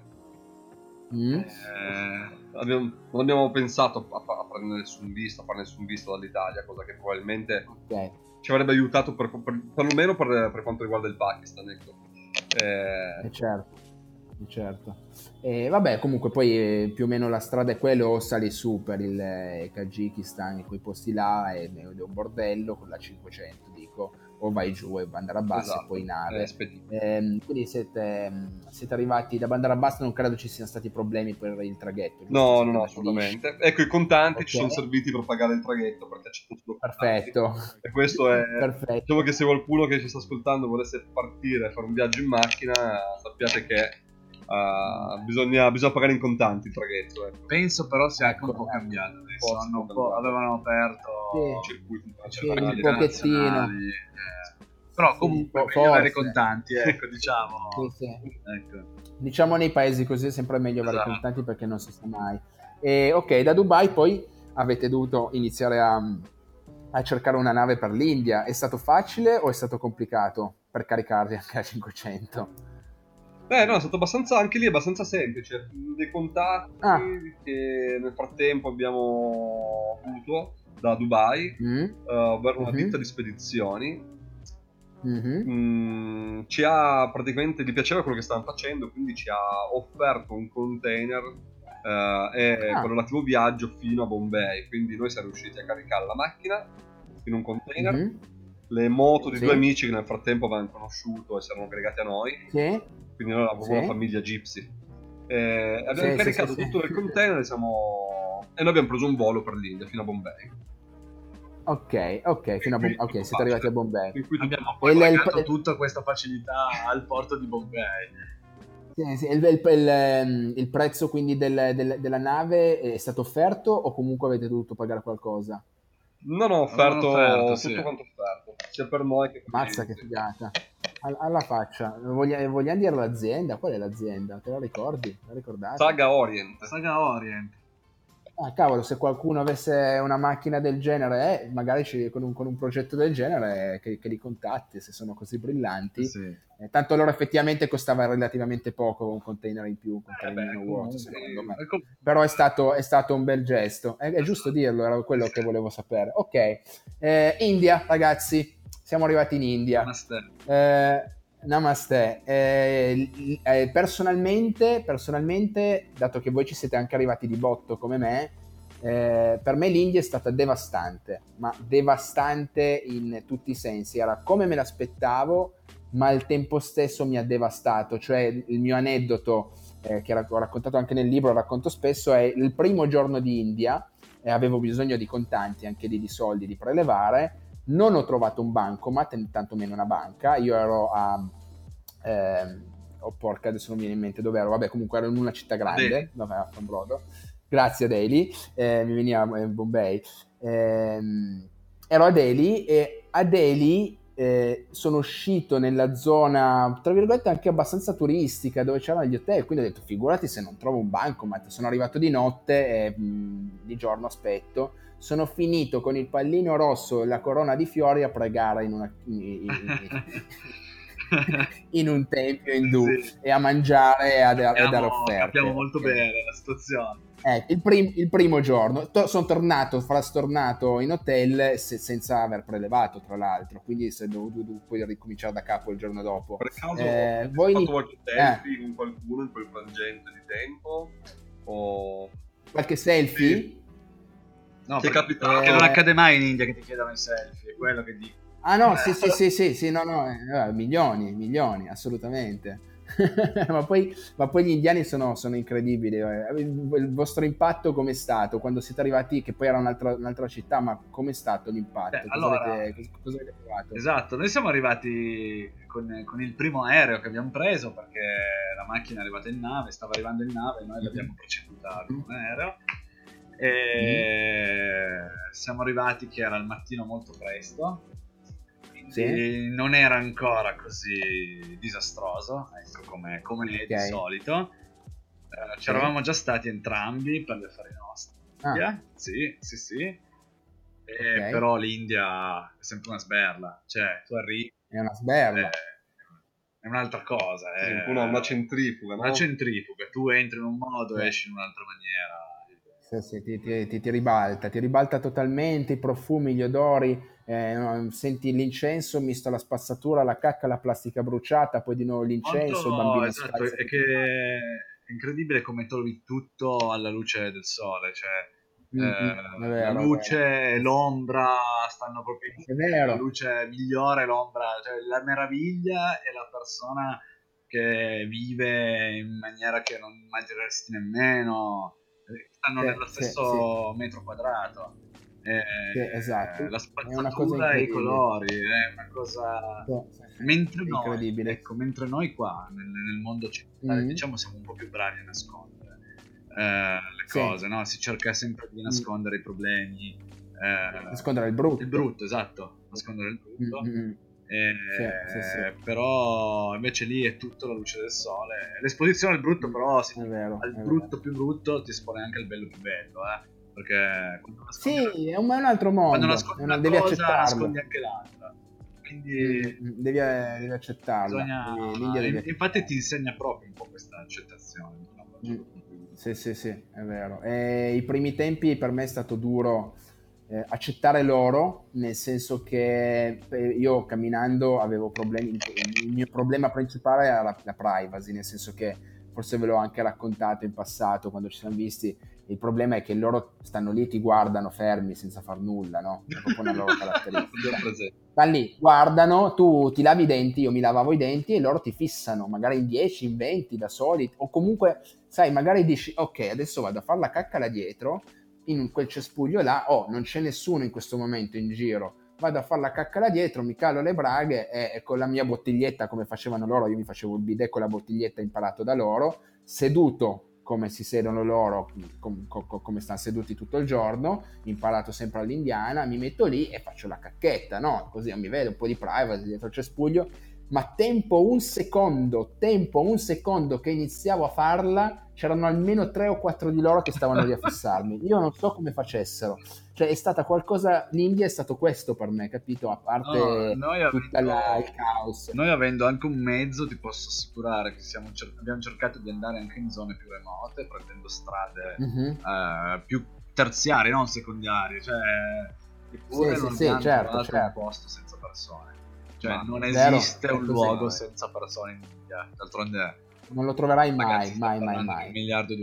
Non abbiamo pensato a prendere nessun visto, a fare nessun visto dall'Italia, cosa che probabilmente ci avrebbe aiutato perlomeno per quanto riguarda il Pakistan, ecco. Certo. Vabbè, comunque poi più o meno la strada è quella, o sali su per il Kazakistan e quei posti là è un bordello con la 500, dico, o vai giù e Bandar Abbas, esatto, e poi nave. Quindi siete arrivati da Bandar Abbas, non credo ci siano stati problemi per il traghetto. No, assolutamente. Ecco, i contanti ci sono serviti per pagare il traghetto perché c'è tutto. Perfetto. E questo è perfetto. Diciamo che se qualcuno che ci sta ascoltando volesse partire, fare un viaggio in macchina, sappiate che bisogna pagare in contanti il traghetto. Penso però sia anche un po' cambiato adesso. Avevano aperto circuiti un pochettino. Però comunque meglio avere contanti, ecco, diciamo. Sì. Ecco. Diciamo nei paesi così è sempre meglio avere contanti perché non si sa mai. Ok, da Dubai poi avete dovuto iniziare a cercare una nave per l'India. È stato facile o è stato complicato per caricarvi anche a 500? No, è stato abbastanza semplice. Dei contatti che nel frattempo abbiamo avuto da Dubai, ovvero una ditta di spedizioni. Ci ha praticamente, gli piaceva quello che stavano facendo, quindi ci ha offerto un container con relativo viaggio fino a Bombay. Quindi noi siamo riusciti a caricare la macchina in un container, le moto di due amici che nel frattempo avevano conosciuto e si erano aggregati a noi, quindi noi eravamo una famiglia gypsy. Abbiamo caricato tutto nel container e noi abbiamo preso un volo per l'India fino a Bombay. Ok, fino a Bombay. Ok, siete arrivati a Bombay. Abbiamo poi pagato tutta questa facilità al porto di Bombay. Sì, il prezzo quindi della nave è stato offerto o comunque avete dovuto pagare qualcosa? Non ho offerto tutto quanto offerto, sia per noi che per Mazza, che figata. Alla faccia. Vogliamo dire l'azienda? Qual è l'azienda? Te la ricordi? La ricordate? Saga Orient. Ah, cavolo, se qualcuno avesse una macchina del genere, magari con un progetto del genere, che li contatti se sono così brillanti. Sì. Tanto loro effettivamente costava relativamente poco un container in più, un container vuoto, secondo me. Però è stato un bel gesto. È giusto dirlo, era quello che volevo sapere. Ok, India, ragazzi, siamo arrivati in India. Namaste. Personalmente, dato che voi ci siete anche arrivati di botto come me, per me l'India è stata devastante, ma devastante in tutti i sensi. Era come me l'aspettavo, ma al tempo stesso mi ha devastato. Cioè, il mio aneddoto, che ho raccontato anche nel libro, racconto spesso, è il primo giorno di India, e avevo bisogno di contanti, anche lì di soldi, di prelevare. Non ho trovato un bancomat, tantomeno una banca. Io ero a... oh porca, adesso non mi viene in mente dove ero. Vabbè, comunque ero in una città grande. Vabbè, a Brodo. Grazie a Delhi. Mi veniva Bombay. Ero a Delhi, e a Delhi sono uscito nella zona, tra virgolette, anche abbastanza turistica, dove c'erano gli hotel. Quindi ho detto, figurati se non trovo un bancomat. Sono arrivato di notte e di giorno aspetto. Sono finito con il pallino rosso e la corona di fiori a pregare in un tempio indù, sì, e a mangiare e a dare offerte. Capiamo molto bene la situazione. Il primo giorno sono tornato frastornato in hotel senza aver prelevato, tra l'altro, quindi se dovuto poi ricominciare da capo il giorno dopo. Per caso hai fatto qualche selfie con qualcuno in quel frangente di tempo? O qualche selfie? Sì. No, ti è capitato che non accade mai in India che ti chiedano i selfie, è quello che dico. Ah no, sì, no, milioni, assolutamente. ma poi gli indiani sono incredibili. Il vostro impatto com'è stato quando siete arrivati, che poi era un'altra città, ma com'è stato l'impatto? Cosa avete provato? Esatto, noi siamo arrivati con il primo aereo che abbiamo preso, perché la macchina è arrivata in nave, stava arrivando in nave, noi l'abbiamo preceduta con un aereo. E siamo arrivati che era il mattino molto presto, quindi sì, non era ancora così disastroso, ecco, come è di solito. Ci eravamo già stati entrambi per gli affari nostri. Sì. Però l'India è sempre una sberla, cioè tu arrivi, è una sberla, è un'altra cosa, è una centrifuga, no? Una centrifuga, tu entri in un modo e esci in un'altra maniera. Sì, ti ribalta totalmente, i profumi, gli odori, senti l'incenso misto alla spazzatura, la cacca, la plastica bruciata, poi di nuovo l'incenso, il bambino esatto, è che è incredibile come trovi tutto alla luce del sole, cioè la luce e l'ombra stanno proprio insieme, la luce migliore, l'ombra, cioè la meraviglia è la persona che vive in maniera che non immagineresti nemmeno. Stanno nello stesso metro quadrato. Esatto. La spazzatura e i colori è una cosa mentre noi qua nel mondo occidentale diciamo siamo un po' più bravi a nascondere le cose, no? Si cerca sempre di nascondere i problemi, nascondere il brutto, esatto, nascondere il brutto. Però invece lì è tutto la luce del sole. L'esposizione al brutto, però al brutto più brutto ti espone anche al bello più bello, perché sì, è un altro mondo. Quando nascondi una devi cosa, accettarlo, nascondi anche l'altra. Quindi devi accettarla. Infatti ti insegna proprio un po' questa accettazione. Sì, è vero. I primi tempi per me è stato duro accettare loro, nel senso che io camminando avevo problemi. Il mio problema principale era la privacy, nel senso che forse ve l'ho anche raccontato in passato quando ci siamo visti. Il problema è che loro stanno lì e ti guardano fermi senza far nulla, no? È proprio una loro caratteristica. Stanno lì, guardano, tu ti lavi i denti, io mi lavavo i denti e loro ti fissano, magari in 10, in 20 da soli, o comunque, sai, magari dici, ok, adesso vado a fare la cacca là dietro, in quel cespuglio là, non c'è nessuno in questo momento in giro, vado a fare la cacca là dietro, mi calo le braghe e con la mia bottiglietta, come facevano loro, io mi facevo il bidet con la bottiglietta imparato da loro, seduto come si sedono loro, come stanno seduti tutto il giorno, imparato sempre all'indiana, mi metto lì e faccio la cacchetta, no? Così mi vedo un po' di privacy dietro il cespuglio, ma tempo un secondo che iniziavo a farla, c'erano almeno 3 o 4 di loro che stavano lì a fissarmi. Io non so come facessero, cioè è stata qualcosa, l'India è stato questo per me, capito? A parte il caos. Noi avendo anche un mezzo ti posso assicurare che abbiamo cercato di andare anche in zone più remote, prendendo strade più terziarie, non secondarie, cioè Eppure non mi hanno trovato un posto senza persone. Cioè, non esiste un luogo senza persone in India. D'altronde non lo troverai mai, ragazzi, mai. 1,2 miliardi,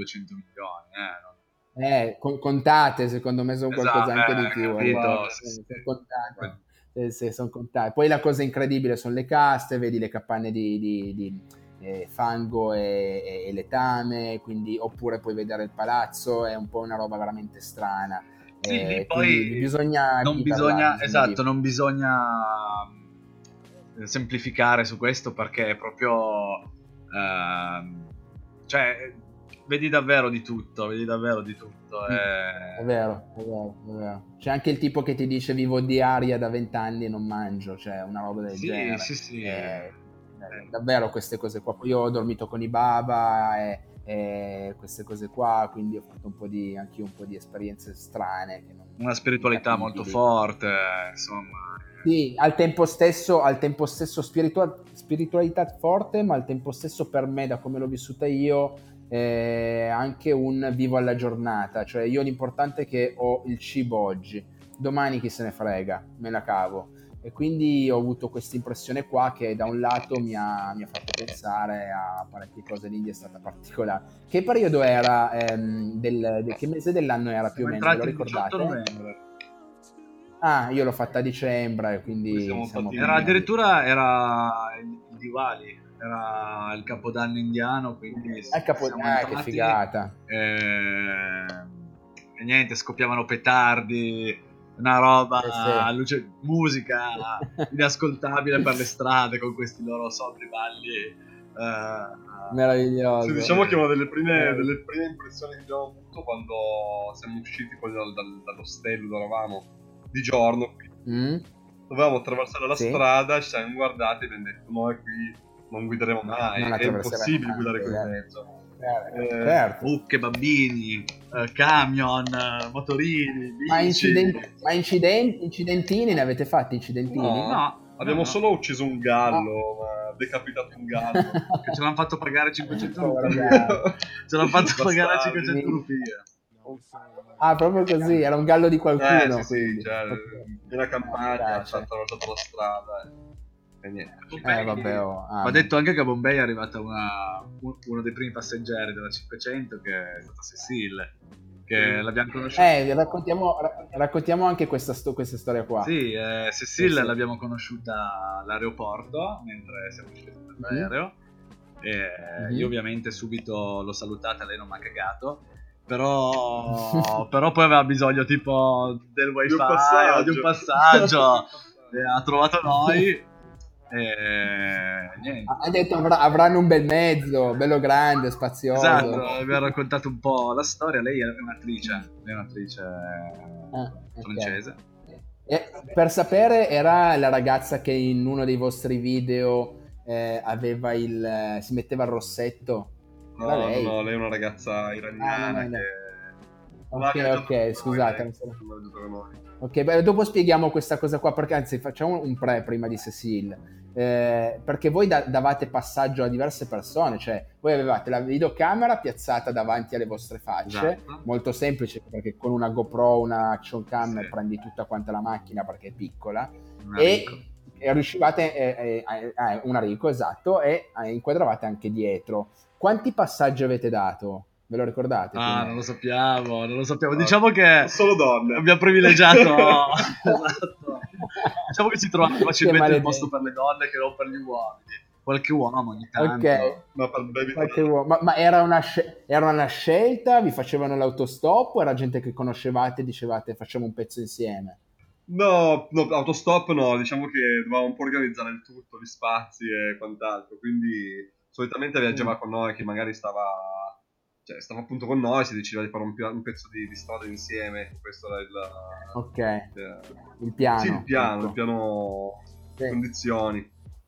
contate, secondo me sono qualcosa anche di più. Capito? Sono contate. Sono contate. Poi la cosa incredibile sono le caste, vedi le capanne di fango e letame, quindi, oppure puoi vedere il palazzo, è un po' una roba veramente strana. Sì, lì poi non bisogna semplificare su questo, perché è proprio cioè vedi davvero di tutto. È vero. C'è anche il tipo che ti dice vivo di aria da 20 anni e non mangio, cioè una roba del genere. Sì. Davvero queste cose qua. Io ho dormito con i baba e queste cose qua, quindi ho fatto anch'io un po' di esperienze strane. Una spiritualità molto forte, insomma. Sì, al tempo stesso spiritualità forte, ma al tempo stesso, per me, da come l'ho vissuta io, anche un vivo alla giornata. Cioè, io l'importante è che ho il cibo oggi, domani chi se ne frega, me la cavo. E quindi ho avuto questa impressione qua, che da un lato mi ha fatto pensare a parecchie cose. L'India è stata particolare. Che periodo era, che mese dell'anno era più o meno, ve lo ricordate? 18 novembre. Ah, io l'ho fatta a dicembre, quindi addirittura era il Diwali, era il capodanno indiano, quindi che figata. E niente, scoppiavano petardi, una roba, musica inascoltabile per le strade con questi loro sobri balli. Meraviglioso. Sì, diciamo che una delle prime impressioni che abbiamo avuto quando siamo usciti poi dall'ostello dove eravamo di giorno, dovevamo attraversare la strada, ci siamo guardati e abbiamo detto noi qui non guideremo mai, è impossibile guidare qui in mezzo. Certo. Mucche, bambini, camion, motorini, bici. Ma incidentini ne avete fatti? No, abbiamo solo ucciso un gallo, decapitato un gallo che ce l'hanno fatto pagare 500 rupie. Ce l'hanno fatto pagare 500 rupie. Ah, proprio così, era un gallo di qualcuno. Sì, cioè, una campagna, ci ha attraversato la strada e niente. Va detto anche che a Bombay è arrivata uno dei primi passeggeri della 500, che è stata Cecile, che l'abbiamo conosciuta. Raccontiamo anche questa storia qua. Sì, Cecile l'abbiamo conosciuta all'aeroporto mentre siamo scesi dall'aereo. Io ovviamente subito l'ho salutata, lei non mi ha cagato. Però poi aveva bisogno tipo del wifi o di un passaggio e ha trovato noi e niente. Ha detto avranno un bel mezzo, bello grande, spazioso. Esatto, mi ha raccontato un po' la storia. Lei è un'attrice francese. E per sapere, era la ragazza che in uno dei vostri video aveva si metteva il rossetto? No, lei è una ragazza iraniana Ok, scusate. Ok, dopo spieghiamo questa cosa qua, perché anzi facciamo un prima di Cecile, perché voi davate passaggio a diverse persone, cioè voi avevate la videocamera piazzata davanti alle vostre facce, molto semplice, perché con una GoPro, una action cam prendi tutta quanta la macchina perché è piccola, e riuscivate una Ricoh, esatto, e inquadravate anche dietro. Quanti passaggi avete dato? Ve lo ricordate? Non lo sappiamo. Diciamo che solo donne abbiamo privilegiato. Esatto. Diciamo che si trova facilmente il posto per le donne che non per gli uomini. Qualche uomo ogni tanto. Ok. Ma era una scelta? Vi facevano l'autostop o era gente che conoscevate e dicevate facciamo un pezzo insieme? No, autostop no, diciamo che dovevamo un po' organizzare il tutto, gli spazi e quant'altro, quindi solitamente viaggiava con noi, che magari stava appunto con noi, si decideva di fare un pezzo di strada insieme. Questo era il piano. Sì, il piano condizioni.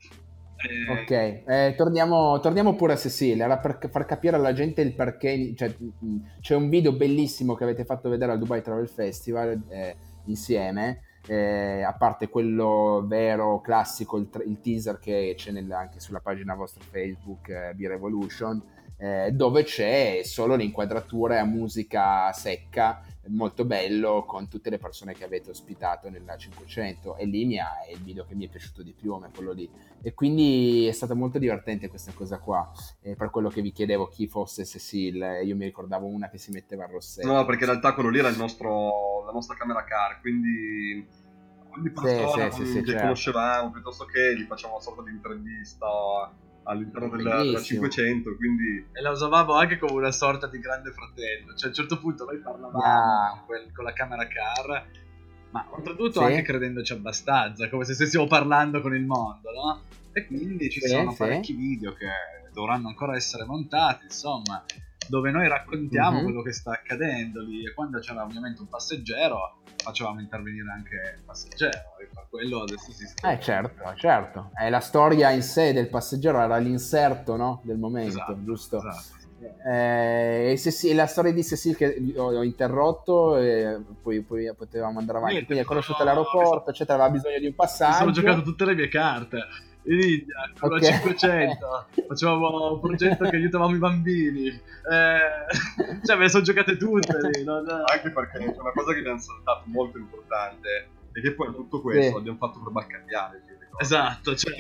Ok, torniamo pure a Cecile. Era per far capire alla gente il perché, cioè, c'è un video bellissimo che avete fatto vedere al Dubai Travel Festival insieme, a parte quello vero, classico, il teaser che c'è anche sulla pagina vostra Facebook, B-Revolution, dove c'è solo l'inquadratura a musica secca molto bello con tutte le persone che avete ospitato nella 500, e lì è il video che mi è piaciuto di più, è quello lì, e quindi è stata molto divertente questa cosa qua. Per quello che vi chiedevo chi fosse Cecile, io mi ricordavo una che si metteva il rossetto. No, perché in realtà quello lì era la nostra camera car, quindi ogni persona che certo. conoscevamo, piuttosto che gli facciamo una sorta di intervista all'interno della 500, quindi... E la usavamo anche come una sorta di grande fratello, cioè a un certo punto noi parlavamo con la camera car, ma oltretutto anche credendoci abbastanza, come se stessimo parlando con il mondo, no? E quindi ci sono parecchi video che dovranno ancora essere montati, insomma, dove noi raccontiamo quello che sta accadendo lì, e quando c'era ovviamente un passeggero facevamo intervenire anche il passeggero, e per quello adesso si sta... certo. La storia in sé del passeggero era l'inserto, no? Del momento, esatto, giusto? Esatto. La storia di Cecile che ho interrotto, e poi potevamo andare avanti. Quindi ha conosciuto l'aeroporto, eccetera, aveva bisogno di un passaggio. Mi sono giocato tutte le mie carte in India con la 500, facevamo un progetto che aiutavamo i bambini, cioè me le sono giocate tutte lì, anche perché c'è una cosa che mi hanno saltato molto importante, e che poi tutto questo l'abbiamo fatto per baccagliare. Esatto, cioè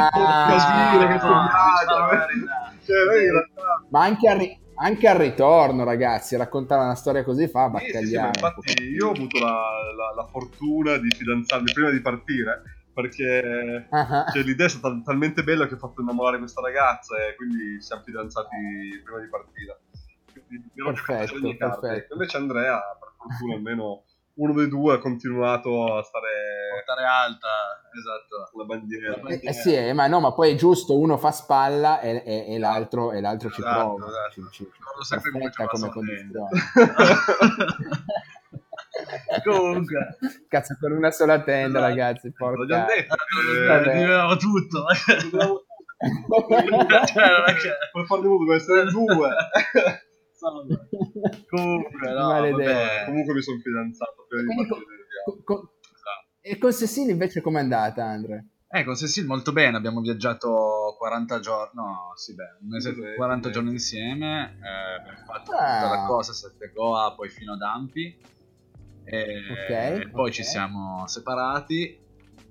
ma anche al ritorno, ragazzi, raccontare una storia così fa baccagliare. Sì, infatti io ho avuto la fortuna di fidanzarmi prima di partire, perché l'idea è stata talmente bella che ho fatto innamorare questa ragazza, e quindi siamo fidanzati prima di partire. Quindi perfetto. Invece Andrea, per fortuna, almeno uno dei due ha continuato a portare alta, esatto, la bandiera. Sì, ma poi è giusto, uno fa spalla e l'altro ci prova. Sempre come condizione. Comunque, cazzo, con una sola tenda, ragazzi, porca. L'ho già detto, tutto. Per farne uno deve essere due. Comunque mi sono fidanzato prima di partire. E con Cecile invece com'è andata, Andre? Con Cecile molto bene, abbiamo viaggiato 40 giorni, 40 giorni insieme, abbiamo fatto tutta la cosa, Sette Goa, poi fino ad Ampi, e poi ci siamo separati,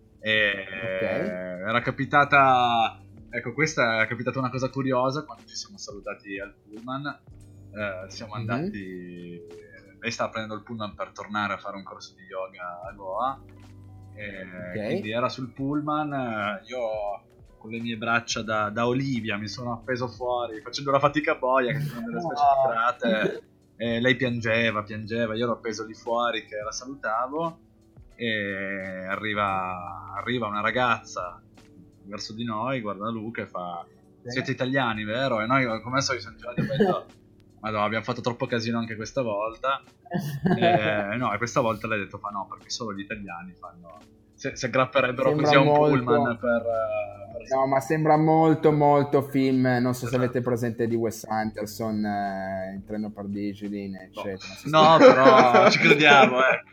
era capitata, ecco, questa è capitata una cosa curiosa quando ci siamo salutati al pullman. Siamo andati, lei stava prendendo il pullman per tornare a fare un corso di yoga a Goa, quindi era sul pullman, io con le mie braccia da Olivia mi sono appeso fuori facendo la fatica boia, che sono delle specie di crate, e lei piangeva, io ero appeso lì fuori che la salutavo, e arriva una ragazza verso di noi, guarda Luca e fa: siete italiani, vero? E noi come al solito siamo girati e abbiamo detto: Madonna, abbiamo fatto troppo casino anche questa volta. No, e questa volta lei ha detto: no, perché solo gli italiani fanno, si aggrapperebbero così a un pullman per... No, ma sembra molto film, non so se avete presente, di Wes Anderson, Il treno per Darjeeling, eccetera. No, però ci crediamo,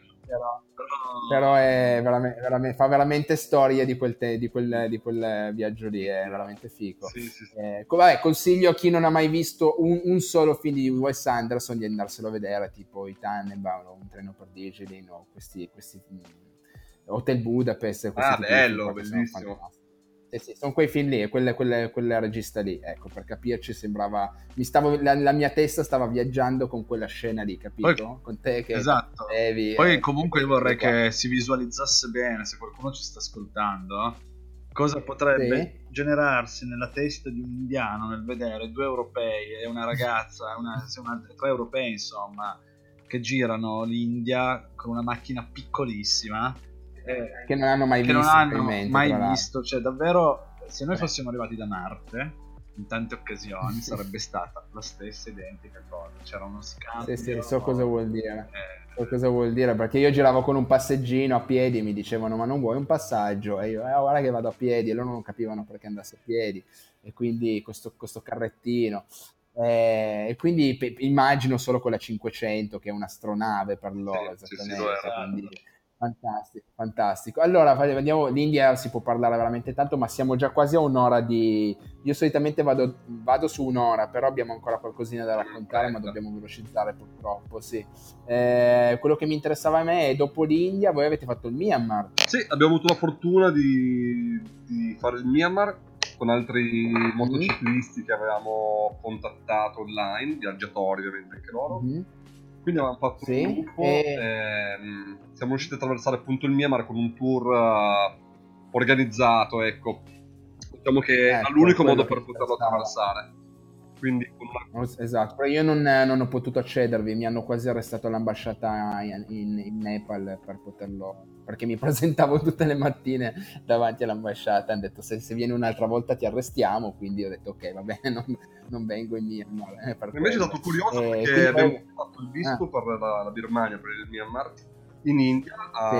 però è veramente, fa veramente storia di quel viaggio lì, è veramente figo. Sì. Vabbè, consiglio a chi non ha mai visto un solo film di Wes Anderson di andarselo a vedere, tipo i Tannenbaum, Un treno per Darjeeling, o questi Hotel Budapest. Bello, bellissimo. Sì, sono quei film lì, quella regista lì, ecco, per capirci sembrava, la mia testa stava viaggiando con quella scena lì, capito? Poi, con te che esatto. Poi comunque io vorrei che si visualizzasse bene, se qualcuno ci sta ascoltando, cosa potrebbe generarsi nella testa di un indiano nel vedere due europei e una ragazza, tre europei insomma, che girano l'India con una macchina piccolissima, che non hanno mai visto, cioè davvero, se noi fossimo arrivati da Marte in tante occasioni sarebbe stata la stessa identica cosa, c'era uno scambio. Sì, so cosa vuol dire. So cosa vuol dire, perché io giravo con un passeggino a piedi, mi dicevano: ma non vuoi un passaggio? E io guarda che vado a piedi, e loro non capivano perché andassi a piedi, e quindi questo carrettino, e quindi immagino solo quella 500 che è un'astronave per loro, esattamente. Fantastico, fantastico. Allora, vediamo, l'India si può parlare veramente tanto, ma siamo già quasi a un'ora di... Io solitamente vado su un'ora, però abbiamo ancora qualcosina da raccontare, ma dobbiamo velocizzare purtroppo, sì. Quello che mi interessava a me è, dopo l'India, voi avete fatto il Myanmar. Sì, abbiamo avuto la fortuna di fare il Myanmar con altri motociclisti che avevamo contattato online, viaggiatori ovviamente anche loro. Quindi avevamo fatto un gruppo siamo riusciti a attraversare appunto il Myanmar con un tour organizzato, ecco. Diciamo che era l'unico modo per poterlo attraversare. Quindi Esatto, però io non ho potuto accedervi, mi hanno quasi arrestato all'ambasciata in Nepal per poterlo, perché mi presentavo tutte le mattine davanti all'ambasciata, hanno detto se vieni un'altra volta ti arrestiamo, quindi ho detto ok, va bene, non vengo in Myanmar. Invece è stato curioso perché abbiamo fatto il visto per la Birmania, per il Myanmar, in India,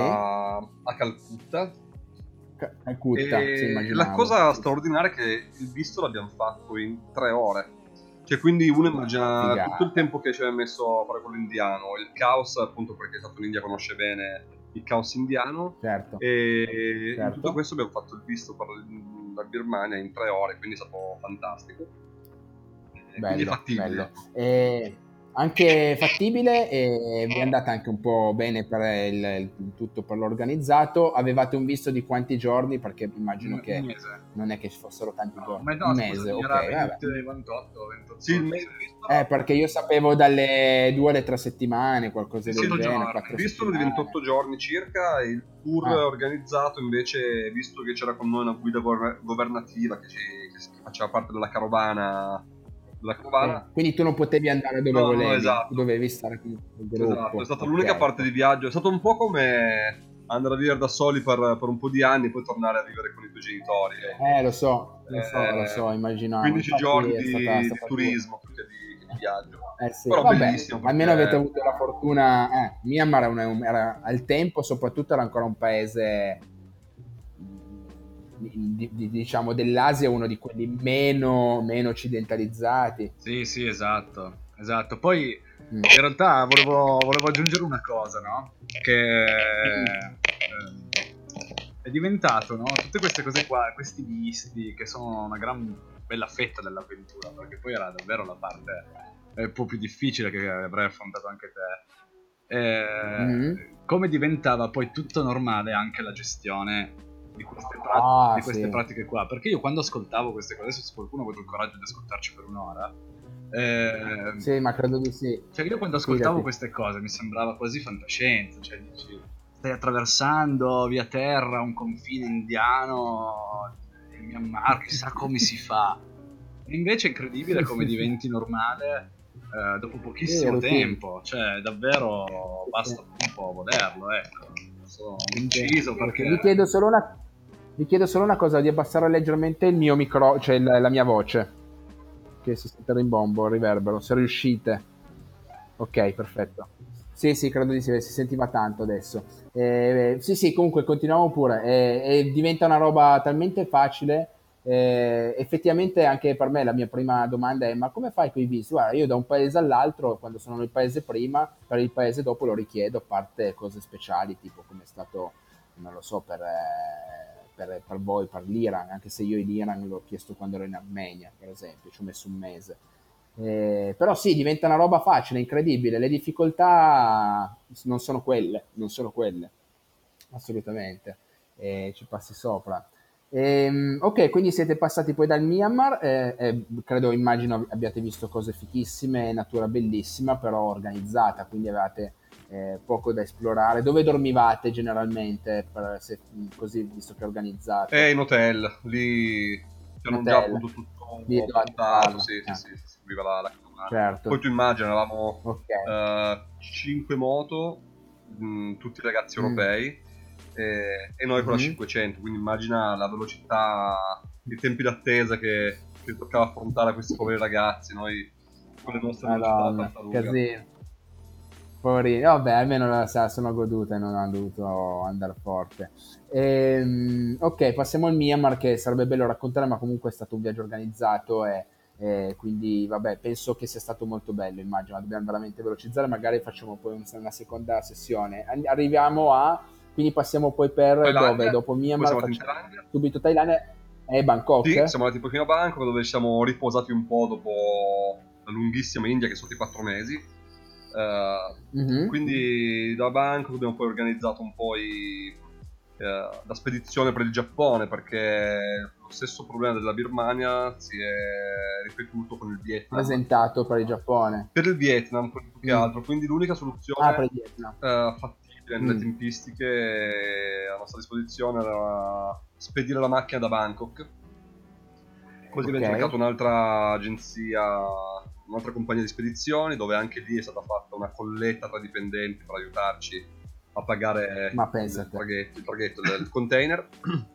a Calcutta. Calcutta, sì, immaginavo. La cosa straordinaria è che il visto l'abbiamo fatto in 3 ore. Cioè, quindi uno immagina tutto il tempo che ci aveva messo a fare quello indiano, il caos, appunto perché è stato in India, conosce bene il caos indiano. Certo. E in tutto questo abbiamo fatto il visto per la Birmania in 3 ore, quindi è stato fantastico. Quindi è fattibile. Bello. Anche fattibile, e vi è andata anche un po' bene per tutto, per l'organizzato. Avevate un visto di quanti giorni? Perché immagino che non è che ci fossero tanti giorni. Un mese, ok. Era 28. Sì, il mese. Perché io sapevo dalle 2 alle 3 settimane, qualcosa del genere. Il visto di 28 giorni circa, e il tour organizzato invece, visto che c'era con noi una guida governativa che faceva parte della carovana. Quindi tu non potevi andare dove volevi, esatto. Dovevi stare con il gruppo. Esatto, è stata l'unica parte di viaggio. È stato un po' come andare a vivere da soli per un po' di anni e poi tornare a vivere con i tuoi genitori. Lo so, immaginavo. 15 Infatti giorni di turismo più che di viaggio. Sì. Però vabbè, bellissimo perché... almeno avete avuto la fortuna. Myanmar era al tempo, soprattutto era ancora un paese, diciamo, dell'Asia, uno di quelli meno occidentalizzati. Sì, esatto. Poi in realtà volevo aggiungere una cosa, no? Che è diventato, no? Tutte queste cose qua, questi visti, che sono una gran bella fetta dell'avventura, perché poi era davvero la parte un po' più difficile che avrai affrontato anche te. Come diventava poi tutto normale anche la gestione di queste pratiche qua, perché io quando ascoltavo queste cose, adesso se qualcuno ha avuto il coraggio di ascoltarci per un'ora, sì, ma credo di sì. Cioè io quando ascoltavo queste cose mi sembrava quasi fantascienza, cioè dici, stai attraversando via terra un confine indiano in Myanmar, chissà come si fa. E invece è incredibile come diventi normale dopo pochissimo tempo, cioè davvero basta un po' volerlo, ecco. Sono inciso perché... Vi chiedo solo una cosa, di abbassare leggermente il mio micro, cioè la mia voce, che si sente rimbombo, il riverbero, se riuscite. Ok, perfetto. Sì, credo di sì, si sentiva tanto adesso. Sì, comunque continuiamo pure. Diventa una roba talmente facile. Effettivamente anche per me la mia prima domanda è: ma come fai con i visti? Guarda, io da un paese all'altro, quando sono nel paese prima, per il paese dopo lo richiedo, a parte cose speciali, tipo come è stato, non lo so, per voi, per l'Iran, anche se io in Iran l'ho chiesto quando ero in Armenia, per esempio, ci ho messo un mese. Però sì, diventa una roba facile, incredibile. Le difficoltà non sono quelle, assolutamente. Ci passi sopra. Ok, quindi siete passati poi dal Myanmar, credo, immagino abbiate visto cose fichissime, natura bellissima, però organizzata, quindi avevate poco da esplorare. Dove dormivate generalmente, così, visto che è organizzato? In hotel, lì c'erano già appunto tutto montato, sì, seguiva la carovana. Certo. Poi tu immagini, avevamo 5 moto, tutti ragazzi europei, e noi con la 500, quindi immagina la velocità, i tempi d'attesa che toccava affrontare a questi poveri ragazzi, noi con le nostre velocità casino. Poverini, vabbè, almeno se la sono goduta e non hanno dovuto andare forte. Ok, passiamo al Myanmar, che sarebbe bello raccontare, ma comunque è stato un viaggio organizzato e quindi vabbè, penso che sia stato molto bello, immagino. Dobbiamo veramente velocizzare, magari facciamo poi una seconda sessione. Arriviamo a Quindi passiamo poi per Thailandia, dove? Dopo Myanmar poi siamo facciamo andati in Thailandia. subito Thailandia e Bangkok? Sì, siamo andati un pochino a Bangkok, dove ci siamo riposati un po' dopo la lunghissima India che sono stati 4 mesi. Quindi da Bangkok abbiamo poi organizzato un po' la spedizione per il Giappone, perché lo stesso problema della Birmania si è ripetuto con il Vietnam. Presentato per il Giappone. Per il Vietnam, più che altro. Quindi l'unica soluzione per il Vietnam. fattibile nelle tempistiche a nostra disposizione era spedire la macchina da Bangkok. Così abbiamo cercato un'altra agenzia, un'altra compagnia di spedizioni, dove anche lì è stata fatta una colletta tra dipendenti per aiutarci a pagare il traghetto del container.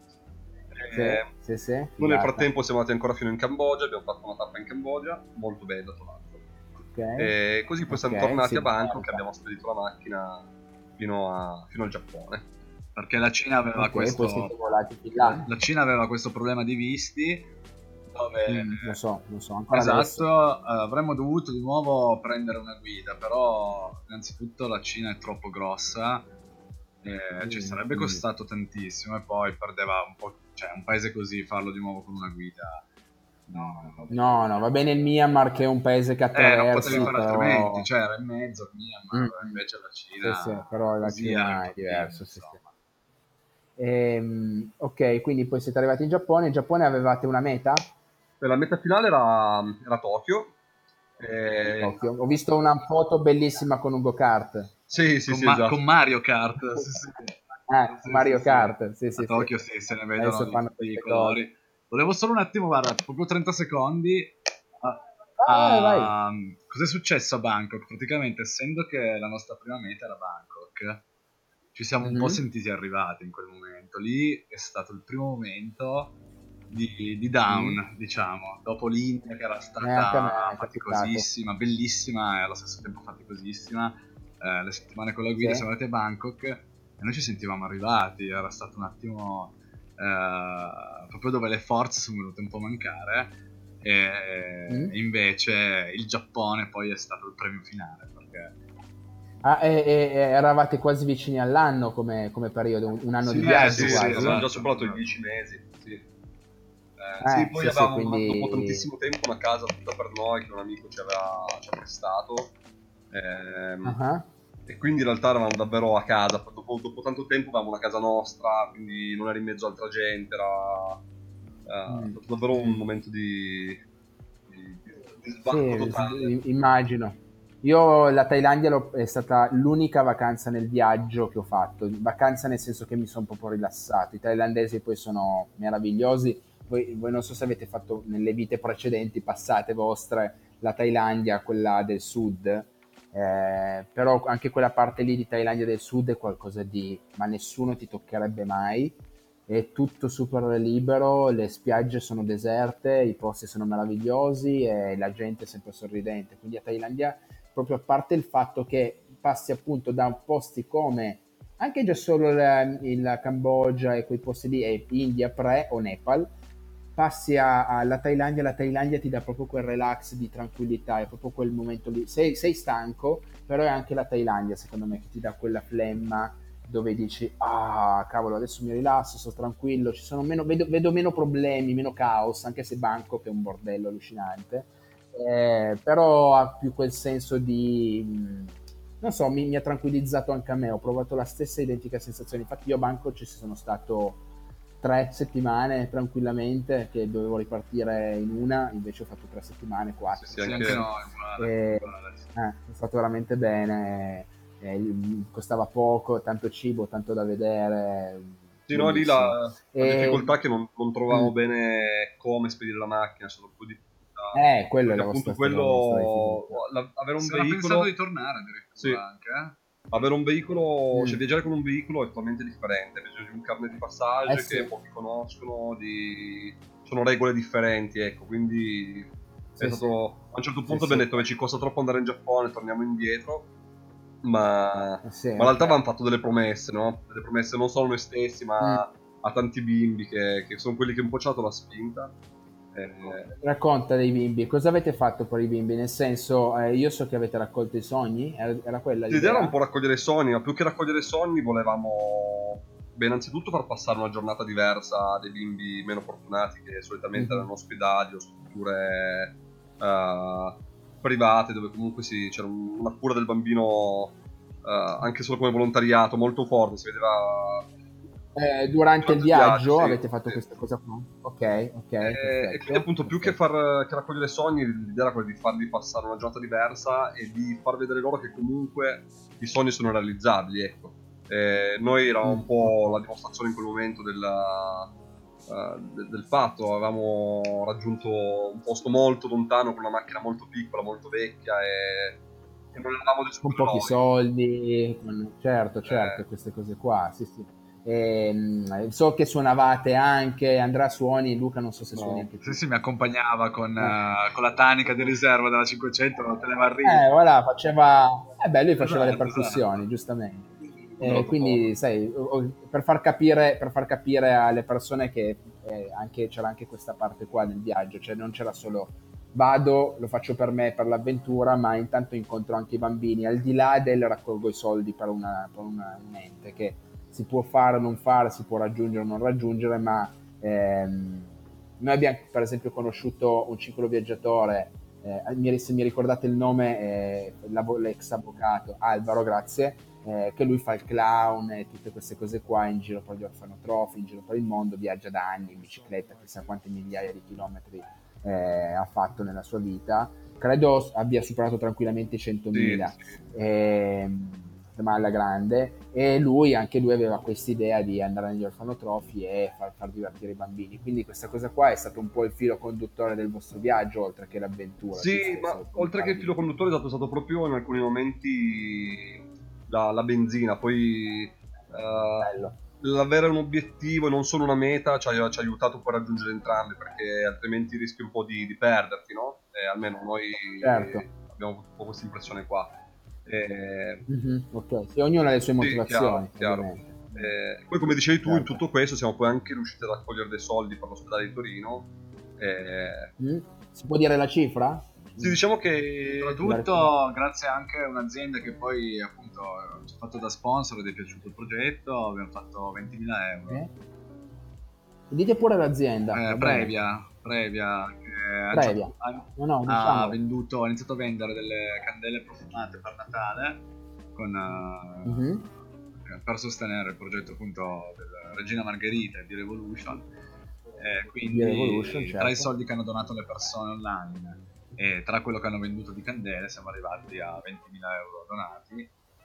Sì. Noi nel frattempo siamo andati ancora fino in Cambogia, abbiamo fatto una tappa in Cambogia, molto bella tra l'altro. E così poi siamo tornati a Bangkok e abbiamo spedito la macchina fino al Giappone. Perché la Cina aveva la Cina aveva questo problema di visti. Dove, lo so ancora esatto, avremmo dovuto di nuovo prendere una guida, però innanzitutto la Cina è troppo grossa e ci sarebbe costato tantissimo, e poi perdeva un po', cioè un paese così farlo di nuovo con una guida no, va bene il Myanmar che è un paese che attraversi, non potevi fare altrimenti, cioè era in mezzo il Myanmar, invece la Cina sì, però la Cina è diverso, ok, quindi poi siete arrivati in Giappone avevate una meta? La meta finale era Tokyo. Tokyo. Ho visto una foto bellissima con un go-kart. Sì, esatto. Con Mario Kart. Mario Kart. Sì, a Tokyo se ne vedono adesso fanno i colori. Cose. Volevo solo un attimo, guarda, proprio 30 secondi. Vai. Cos'è successo a Bangkok? Praticamente, essendo che la nostra prima meta era Bangkok, ci siamo un po' sentiti arrivati in quel momento. Lì è stato il primo momento di down, diciamo, dopo l'India che era stata faticosissima, bellissima e allo stesso tempo faticosissima, le settimane con la guida siamo andati a Bangkok e noi ci sentivamo arrivati, era stato un attimo proprio dove le forze sono venute un po' a mancare, e invece il Giappone poi è stato il premio finale, perché eravate quasi vicini all'anno come periodo, un anno di viaggio quasi. Abbiamo già superato i 10 mesi. Poi avevamo dopo tantissimo tempo una casa tutta per noi che un amico ci ha prestato, e quindi in realtà eravamo davvero a casa. Dopo tanto tempo avevamo una casa nostra, quindi non era in mezzo a altra gente, era stato davvero un momento di sbacco totale. Immagino. Io la Thailandia è stata l'unica vacanza nel viaggio che ho fatto, vacanza nel senso che mi sono proprio rilassato. I thailandesi poi sono meravigliosi. Voi non so se avete fatto nelle vite precedenti, passate vostre, la Thailandia, quella del sud, però anche quella parte lì di Thailandia del sud è qualcosa ma nessuno ti toccherebbe mai, è tutto super libero, le spiagge sono deserte, i posti sono meravigliosi e la gente è sempre sorridente, quindi a Thailandia, proprio a parte il fatto che passi appunto da posti come anche già solo il Cambogia e quei posti lì, e India pre o Nepal, passi alla Thailandia, la Thailandia ti dà proprio quel relax di tranquillità, è proprio quel momento lì, sei stanco, però è anche la Thailandia secondo me che ti dà quella flemma dove dici cavolo, adesso mi rilasso, sto tranquillo, ci sono vedo meno problemi, meno caos, anche se Bangkok è un bordello allucinante, però ha più quel senso di non so, mi ha tranquillizzato anche a me, ho provato la stessa identica sensazione, infatti io a Bangkok ci sono stato 3 settimane tranquillamente, che dovevo ripartire in una, invece ho fatto 3 settimane, 4. Sì, anche no, è stato veramente bene, costava poco, tanto cibo, tanto da vedere. Sì, no, lì la difficoltà è che non trovavamo bene come spedire la macchina, solo un po' di difficoltà. Quello è appunto quello avere un veicolo. Pensando di tornare addirittura anche, avere un veicolo, cioè viaggiare con un veicolo è totalmente differente, hai bisogno di un carnet di passaggio che pochi conoscono, sono regole differenti, ecco, quindi è stato a un certo punto abbiamo detto che ci costa troppo andare in Giappone, torniamo indietro, ma in realtà avevamo fatto delle promesse, no? Delle promesse non solo a noi stessi, ma a tanti bimbi che sono quelli che un po' ci hanno dato la spinta. Racconta dei bimbi, cosa avete fatto per i bimbi? Nel senso, io so che avete raccolto i sogni, era quella L'idea l'idea? era un po' raccogliere i sogni, ma più che raccogliere i sogni volevamo, beh, innanzitutto far passare una giornata diversa dei bimbi meno fortunati che solitamente erano in ospedali o strutture private, dove comunque c'era una cura del bambino anche solo come volontariato molto forte, si vedeva Durante il viaggio sì, avete fatto sì. questa cosa qua? Ok, E perfetto. quindi appunto più che raccogliere sogni, l'idea era quella di farli passare una giornata diversa e di far vedere loro che comunque i sogni sono realizzabili, ecco. Noi eravamo un po' la dimostrazione in quel momento del fatto, avevamo raggiunto un posto molto lontano con una macchina molto piccola, molto vecchia e non eravamo dei Con pochi supereroi. soldi, certo, queste cose qua, sì, sì. So che suonavate anche, Andrea suoni, Luca non so se suoni No. anche tu. Sì, mi accompagnava con la tanica di riserva della 500, teneva il Voilà, faceva... lui faceva le esatto. percussioni, giustamente. Molto Quindi, forte. sai, per far capire alle persone che c'era anche questa parte qua del viaggio, cioè non c'era solo vado, lo faccio per me, per l'avventura, ma intanto incontro anche i bambini, al di là del raccolgo i soldi per un ente, che si può fare o non fare, si può raggiungere o non raggiungere, ma noi abbiamo per esempio conosciuto un ciclo viaggiatore, se mi ricordate il nome, l'ex avvocato Alvaro, grazie, che lui fa il clown e tutte queste cose qua in giro per gli orfanotrofi, in giro per il mondo, viaggia da anni in bicicletta, chissà quante migliaia di chilometri ha fatto nella sua vita. Credo abbia superato tranquillamente i 100.000. Sì. Ma alla grande, e anche lui aveva questa idea di andare negli orfanotrofi e far divertire i bambini, quindi questa cosa qua è stato un po' il filo conduttore del vostro viaggio, oltre che l'avventura. Sì, ma oltre che il filo conduttore è stato proprio in alcuni momenti la benzina, poi Bello. l'avere un obiettivo e non solo una meta ci ha aiutato poi a raggiungere entrambi, perché altrimenti rischi un po' di perderti, no? Almeno noi Certo. abbiamo avuto un po' questa impressione qua. Eh, Ok, sì, ognuno ha le sue sì, chiaro, motivazioni, chiaro. ovviamente. Poi come dicevi tu, in Certo. tutto questo siamo poi anche riusciti a raccogliere dei soldi per l'ospedale di Torino. Mm? Si può dire la cifra? Sì, diciamo che Soprattutto grazie anche a un'azienda che poi appunto ci ha fatto da sponsor ed è piaciuto il progetto, abbiamo fatto 20.000 euro. Dite pure l'azienda, va bene. Previa, che Previa. No, ha diciamolo. iniziato a vendere delle candele profumate per Natale con, Mhm. per sostenere il progetto appunto della Regina Margherita e di Revolution. Di Revolution, Quindi tra i certo. soldi che hanno donato le persone online e tra quello che hanno venduto di candele siamo arrivati a 20.000 euro donati.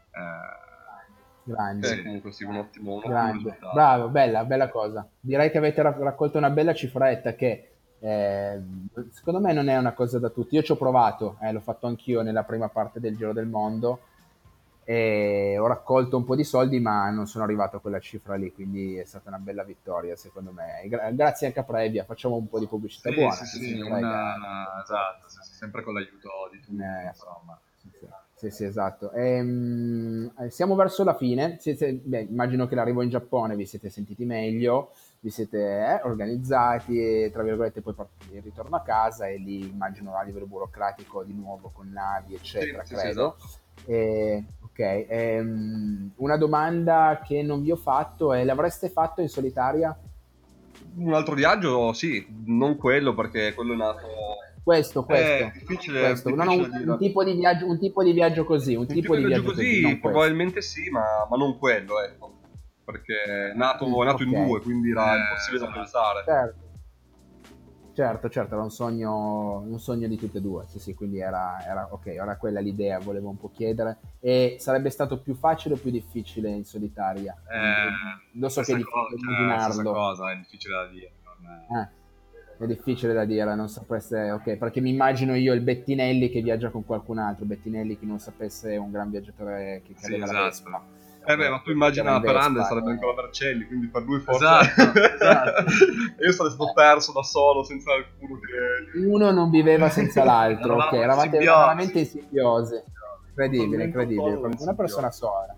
Grande. Sì. comunque sì, un ottimo Grande, risultato. bravo, bella cosa. Direi che avete raccolto una bella cifretta che eh, secondo me non è una cosa da tutti. Io ci ho provato, l'ho fatto anch'io nella prima parte del Giro del Mondo e ho raccolto un po' di soldi, ma non sono arrivato a quella cifra lì, quindi è stata una bella vittoria secondo me. E grazie anche a Previa, facciamo un po' di pubblicità buona, chi se ne frega. Esatto, sempre con l'aiuto di tutti, Eh, insomma. sì, esatto. Siamo verso la fine. Immagino che l'arrivo in Giappone vi siete sentiti meglio, vi siete organizzati e tra virgolette poi il ritorno a casa e lì immagino a livello burocratico di nuovo con navi, eccetera, Sì, credo. esatto. Ok, una domanda che non vi ho fatto è: l'avreste fatto in solitaria? Un altro viaggio, sì, non quello perché quello è nato. Questo, È questo, difficile, questo. No, no, difficile dire. un tipo di viaggio così, un Un tipo tipo di di viaggio viaggio così, così non questo. probabilmente sì, ma non quello, ecco. Perché è nato in Ok. due, quindi era impossibile da Esatto. pensare. Certo, certo, era un sogno di tutte e due, sì, sì, quindi ok, era quella l'idea, volevo un po' chiedere. E sarebbe stato più facile o più difficile in solitaria? Lo so che è difficile Stessa immaginarlo, cosa, è difficile da dire. è difficile da dire, non sapreste, ok, perché mi immagino io il Bettinelli che viaggia con qualcun altro, Bettinelli chi non sapesse è un gran viaggiatore che Sì, aveva la esatto. Vespa, Beh, ma tu viaggiava in immagina per Anden Vespa. sarebbe ancora Vercelli, quindi per lui forse. Esatto. E io sarei stato perso da solo, senza alcuno che. Uno non viveva senza l'altro, ok, Eravamo in eravate simbiosi. veramente in simbiosi, incredibile, Totalmente incredibile, autonomo in una persona simbiosi. sola.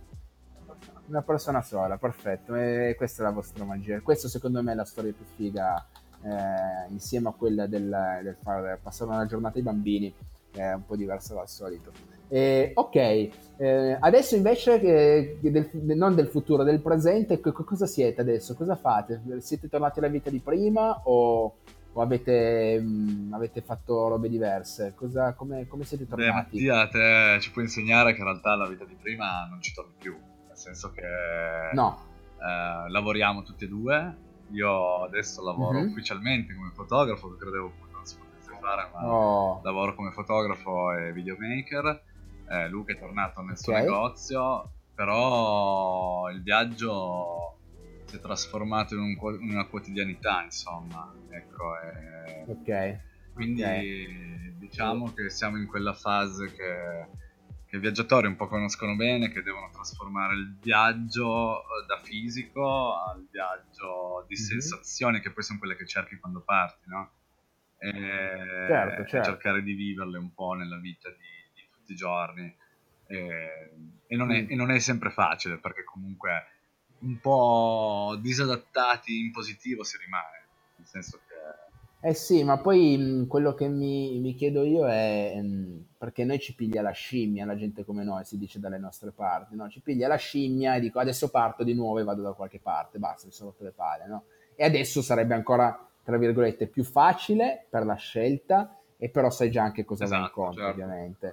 Una persona sola, perfetto. E questa è la vostra magia. Questo secondo me è la storia più figa insieme a quella del far passare una giornata ai bambini, è un po' diversa dal solito. Ok, adesso invece non del futuro, del presente, cosa siete adesso? Cosa fate? Siete tornati alla vita di prima o avete fatto robe diverse? Come siete Beh, tornati? Mattia, te ci puoi insegnare che in realtà la vita di prima non ci torni più, nel senso che No. lavoriamo tutti e due. Io adesso lavoro Mhm. ufficialmente come fotografo, che credevo appunto non si potesse fare, ma Oh, lavoro come fotografo e videomaker. Luca è tornato nel ok, suo negozio, però il viaggio si è trasformato in una quotidianità, insomma. Ecco, ok, ok. quindi diciamo che siamo in quella fase che i viaggiatori un po' conoscono bene, che devono trasformare il viaggio da fisico al viaggio di Mhm. sensazioni, che poi sono quelle che cerchi quando parti, no? Certo, E certo. cercare di viverle un po' nella vita di tutti i giorni. E, Mm. e non è sempre facile, perché comunque un po' disadattati in positivo si rimane, nel senso che... Eh sì, ma poi quello che mi chiedo io è perché noi ci piglia la scimmia, la gente come noi, si dice dalle nostre parti, no? Ci piglia la scimmia e dico adesso parto di nuovo e vado da qualche parte, basta, mi sono rotto le palle, no? E adesso sarebbe ancora, tra virgolette, più facile per la scelta, e però sai già anche cosa va Esatto, incontro, Certo. ovviamente.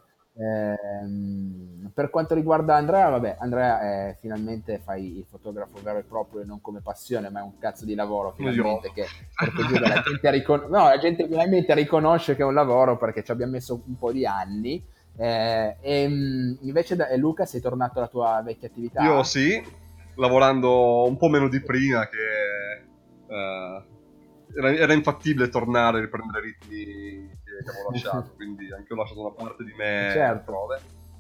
Per quanto riguarda Andrea, vabbè, Andrea finalmente fai il fotografo vero e proprio e non come passione, ma è un cazzo di lavoro Io. finalmente che porco Giuda la gente, no, la gente finalmente riconosce che è un lavoro perché ci abbiamo messo un po' di anni. Invece Luca, sei tornato alla tua vecchia Io attività? sì, lavorando un po' meno di prima, che era infattibile tornare a riprendere i ritmi che avevo lasciato, quindi anche io ho lasciato una parte di me Certo, altrove.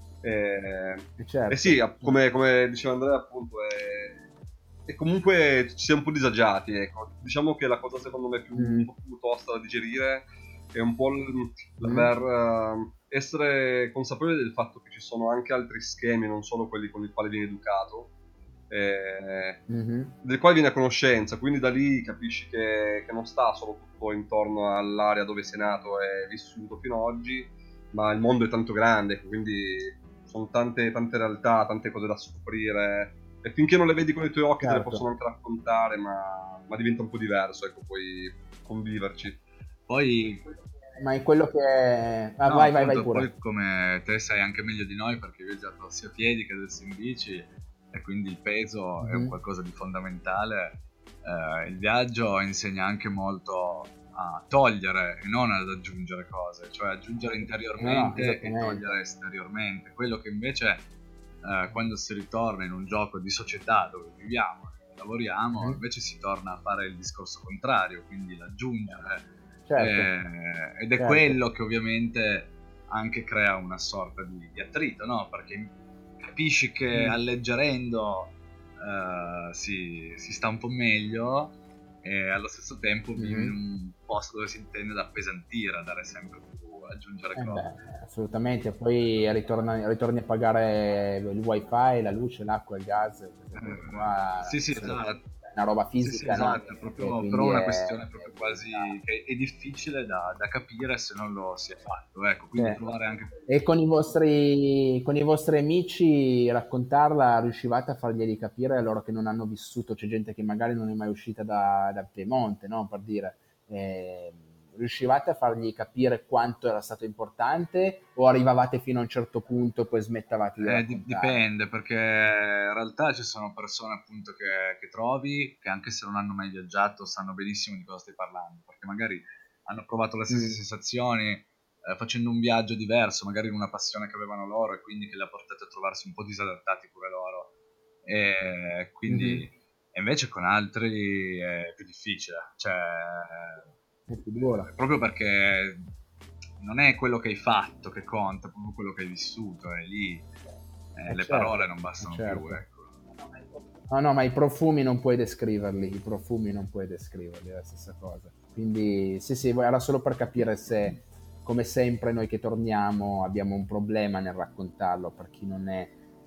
E certo. sì, come diceva Andrea, appunto, e comunque ci siamo un po' disagiati, ecco. Diciamo che la cosa secondo me un Mm, po' più tosta da digerire è un po' mm, l'aver essere consapevoli del fatto che ci sono anche altri schemi, non solo quelli con i quali viene educato, mhm. del quale viene a conoscenza, quindi da lì capisci che non sta solo tutto intorno all'area dove sei nato e vissuto fino ad oggi, ma il mondo è tanto grande, quindi sono tante, tante realtà, tante cose da scoprire, e finché non le vedi con i tuoi occhi te le Certo. possono anche raccontare, ma diventa un po' diverso, ecco, puoi conviverci. Poi, Ma è quello che... Ah, no, vai appunto, pure. poi come te sai anche meglio di noi, perché hai viaggiato sia a piedi che adesso in bici, e quindi il peso è un Mhm. qualcosa di fondamentale. Il viaggio insegna anche molto a togliere e non ad aggiungere cose, cioè aggiungere No, no, interiormente e esattamente. togliere esteriormente. Quello che invece quando si ritorna in un gioco di società dove viviamo e lavoriamo, Mhm. invece si torna a fare il discorso contrario, quindi l'aggiungere. Certo, Ed è certo. quello che ovviamente anche crea una sorta di attrito, no? Perché capisci che Mm. alleggerendo si sta un po' meglio, e allo stesso tempo vivi in Mhm. un posto dove si tende ad appesantire, a dare sempre più, aggiungere Eh cose. beh, assolutamente. Poi ritorni a pagare il wifi, la luce, l'acqua, il gas, queste cose qua, Sì, sì, esatto. è una roba Sì, sì, fisica, no? esatto, è E proprio però quindi una è... questione proprio quasi che è difficile da capire se non lo si è fatto, ecco, quindi Sì. trovare anche... E con i vostri amici raccontarla, riuscivate a farglieli capire a loro che non hanno vissuto, c'è gente che magari non è mai uscita dal Piemonte, no? Per dire, eh, riuscivate a fargli capire quanto era stato importante o arrivavate fino a un certo punto e poi smettavate di raccontare? Dipende, perché in realtà ci sono persone appunto che trovi che anche se non hanno mai viaggiato sanno benissimo di cosa stai parlando, perché magari hanno provato le stesse Mm. sensazioni facendo un viaggio diverso, magari in una passione che avevano loro e quindi che li ha portati a trovarsi un po' disadattati pure loro. E quindi Mhm. e invece con altri è più difficile, cioè È più dura. proprio perché non è quello che hai fatto che conta, è proprio quello che hai vissuto, e lì le parole Certo, non bastano più, certo. ecco. No, no, ma i profumi non puoi descriverli, i profumi non puoi descriverli, è la stessa cosa. Quindi sì, sì, era solo per capire se, come sempre, noi che torniamo abbiamo un problema nel raccontarlo per chi non è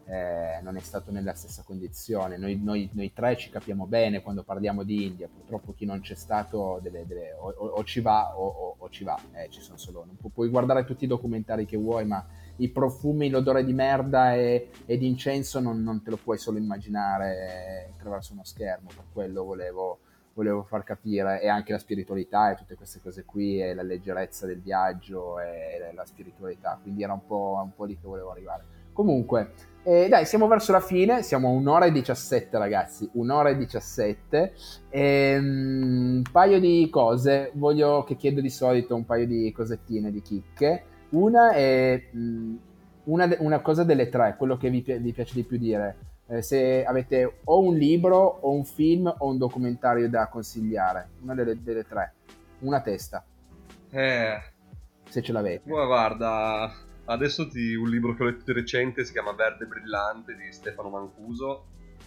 non è stato nella stessa condizione. Noi tre ci capiamo bene quando parliamo di India, purtroppo chi non c'è stato o ci va o ci va, ci sono solo, puoi guardare tutti i documentari che vuoi, ma i profumi, l'odore di merda e di incenso non te lo puoi solo immaginare attraverso uno schermo. Per quello volevo far capire, e anche la spiritualità e tutte queste cose qui, e la leggerezza del viaggio e la spiritualità, quindi era un po' lì che volevo arrivare. Comunque, dai, siamo verso la fine, siamo a 1 ora e 17, ragazzi, 1 ora e 17, un paio di cose, che chiedo di solito, un paio di cosettine, di chicche. Una è una cosa delle tre, quello che vi piace di più dire, se avete o un libro o un film o un documentario da consigliare, una delle tre, una testa, se ce l'avete. Guarda, adesso un libro che ho letto di recente si chiama Verde Brillante di Stefano Mancuso,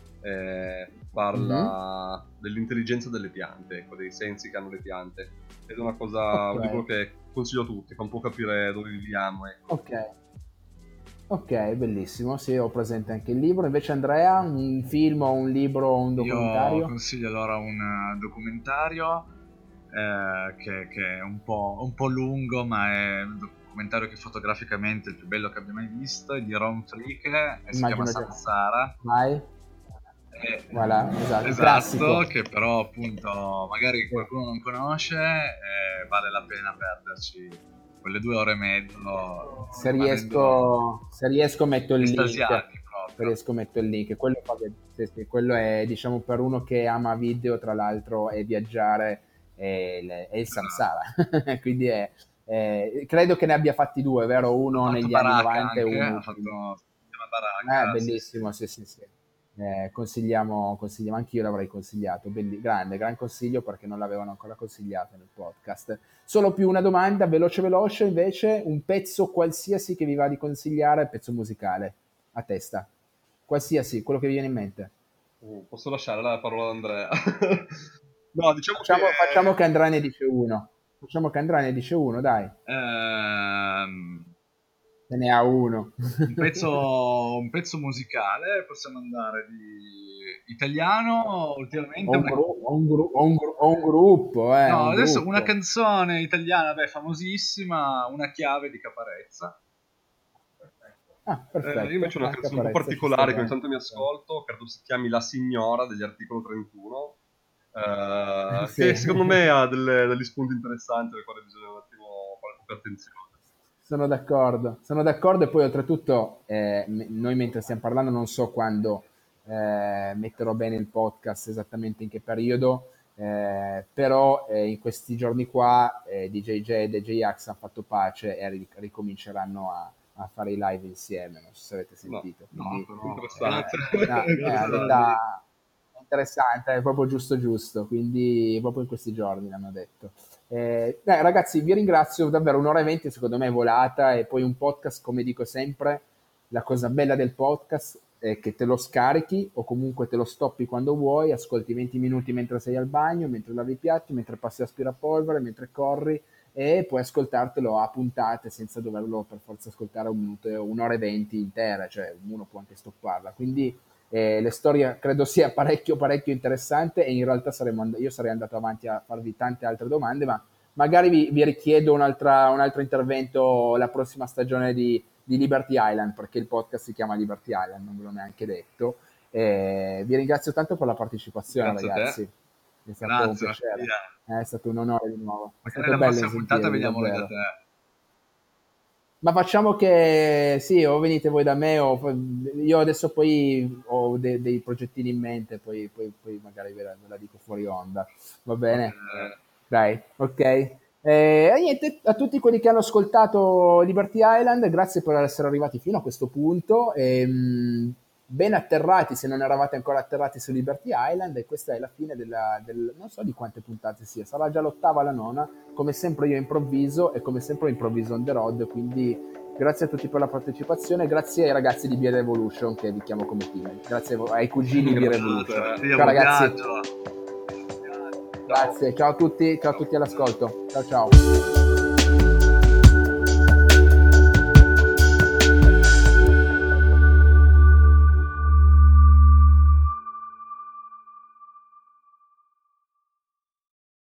parla dell'intelligenza delle piante, ecco, dei sensi che hanno le piante, ed è una cosa, un libro che consiglio a tutti, fa un po' capire dove viviamo, ecco. Ok, bellissimo, sì, ho presente anche il libro. Invece Andrea, un film o un libro o un documentario? Io consiglio allora un documentario che è un po' lungo, ma è un documentario che fotograficamente è il più bello che abbia mai visto, è di Ron Fricke e si chiama Samsara. Vai. Voilà, esatto, che però appunto magari qualcuno non conosce, vale la pena perderci quelle 2 ore e mezzo. Se riesco metto il link. Quello è, diciamo, per uno che ama video, tra l'altro, e viaggiare, è il Samsara. Quindi credo che ne abbia fatti 2, vero? Uno negli anni 90 e uno bellissimo, sì. Consigliamo, anche io l'avrei consigliato, gran consiglio, perché non l'avevano ancora consigliato nel podcast. Solo più una domanda veloce, invece, un pezzo qualsiasi che vi va di consigliare, pezzo musicale, a testa, qualsiasi, quello che vi viene in mente. Posso lasciare la parola ad Andrea? No, diciamo facciamo che Andrea ne dice uno, dai. Se ne ha uno. Un pezzo musicale, possiamo andare di italiano ultimamente. O un gruppo. No, adesso una canzone italiana, famosissima, Una chiave di Caparezza. Perfetto. Io invece ho una canzone un po' particolare che ogni tanto mi ascolto, credo si chiami La Signora degli Articolo 31, che secondo me ha degli spunti interessanti alle quali bisogna un attimo fare un po' più attenzione. Sono d'accordo, e poi oltretutto noi mentre stiamo parlando non so quando metterò bene il podcast, esattamente in che periodo, però in questi giorni qua DJ J e DJ Axe hanno fatto pace e ricominceranno a fare i live insieme, non so se avete sentito. Interessante, è proprio giusto, quindi proprio in questi giorni l'hanno detto. Dai, ragazzi, vi ringrazio davvero, 1 ora e 20 secondo me è volata, e poi un podcast, come dico sempre, la cosa bella del podcast è che te lo scarichi o comunque te lo stoppi quando vuoi, ascolti 20 minuti mentre sei al bagno, mentre lavi i piatti, mentre passi l'aspirapolvere, mentre corri, e puoi ascoltartelo a puntate senza doverlo per forza ascoltare 1 ora e 20 intere, cioè uno può anche stopparla, quindi le storie credo sia parecchio interessante, e in realtà io sarei andato avanti a farvi tante altre domande, ma magari vi richiedo un altro intervento la prossima stagione di Liberty Island, perché il podcast si chiama Liberty Island, non ve l'ho neanche detto. Vi ringrazio tanto per la partecipazione, ragazzi. È stato un piacere, è stato un onore di nuovo. Magari la prossima puntata veniamo noi da te. Ma facciamo che sì, o venite voi da me, o io adesso poi ho dei progettini in mente, poi magari ve la dico fuori onda, va bene? Dai, ok. Niente, a tutti quelli che hanno ascoltato Liberty Island, grazie per essere arrivati fino a questo punto. Ben atterrati, se non eravate ancora atterrati su Liberty Island, e questa è la fine non so di quante puntate sia, sarà già l'8ª o la 9ª. Come sempre io improvviso, e come sempre improvviso on the road, quindi grazie a tutti per la partecipazione, grazie ai ragazzi di Beer Revolution, che vi chiamo come team, grazie ai cugini di Beer Revolution. Ciao ragazzi, grazie, ciao a tutti all'ascolto, ciao.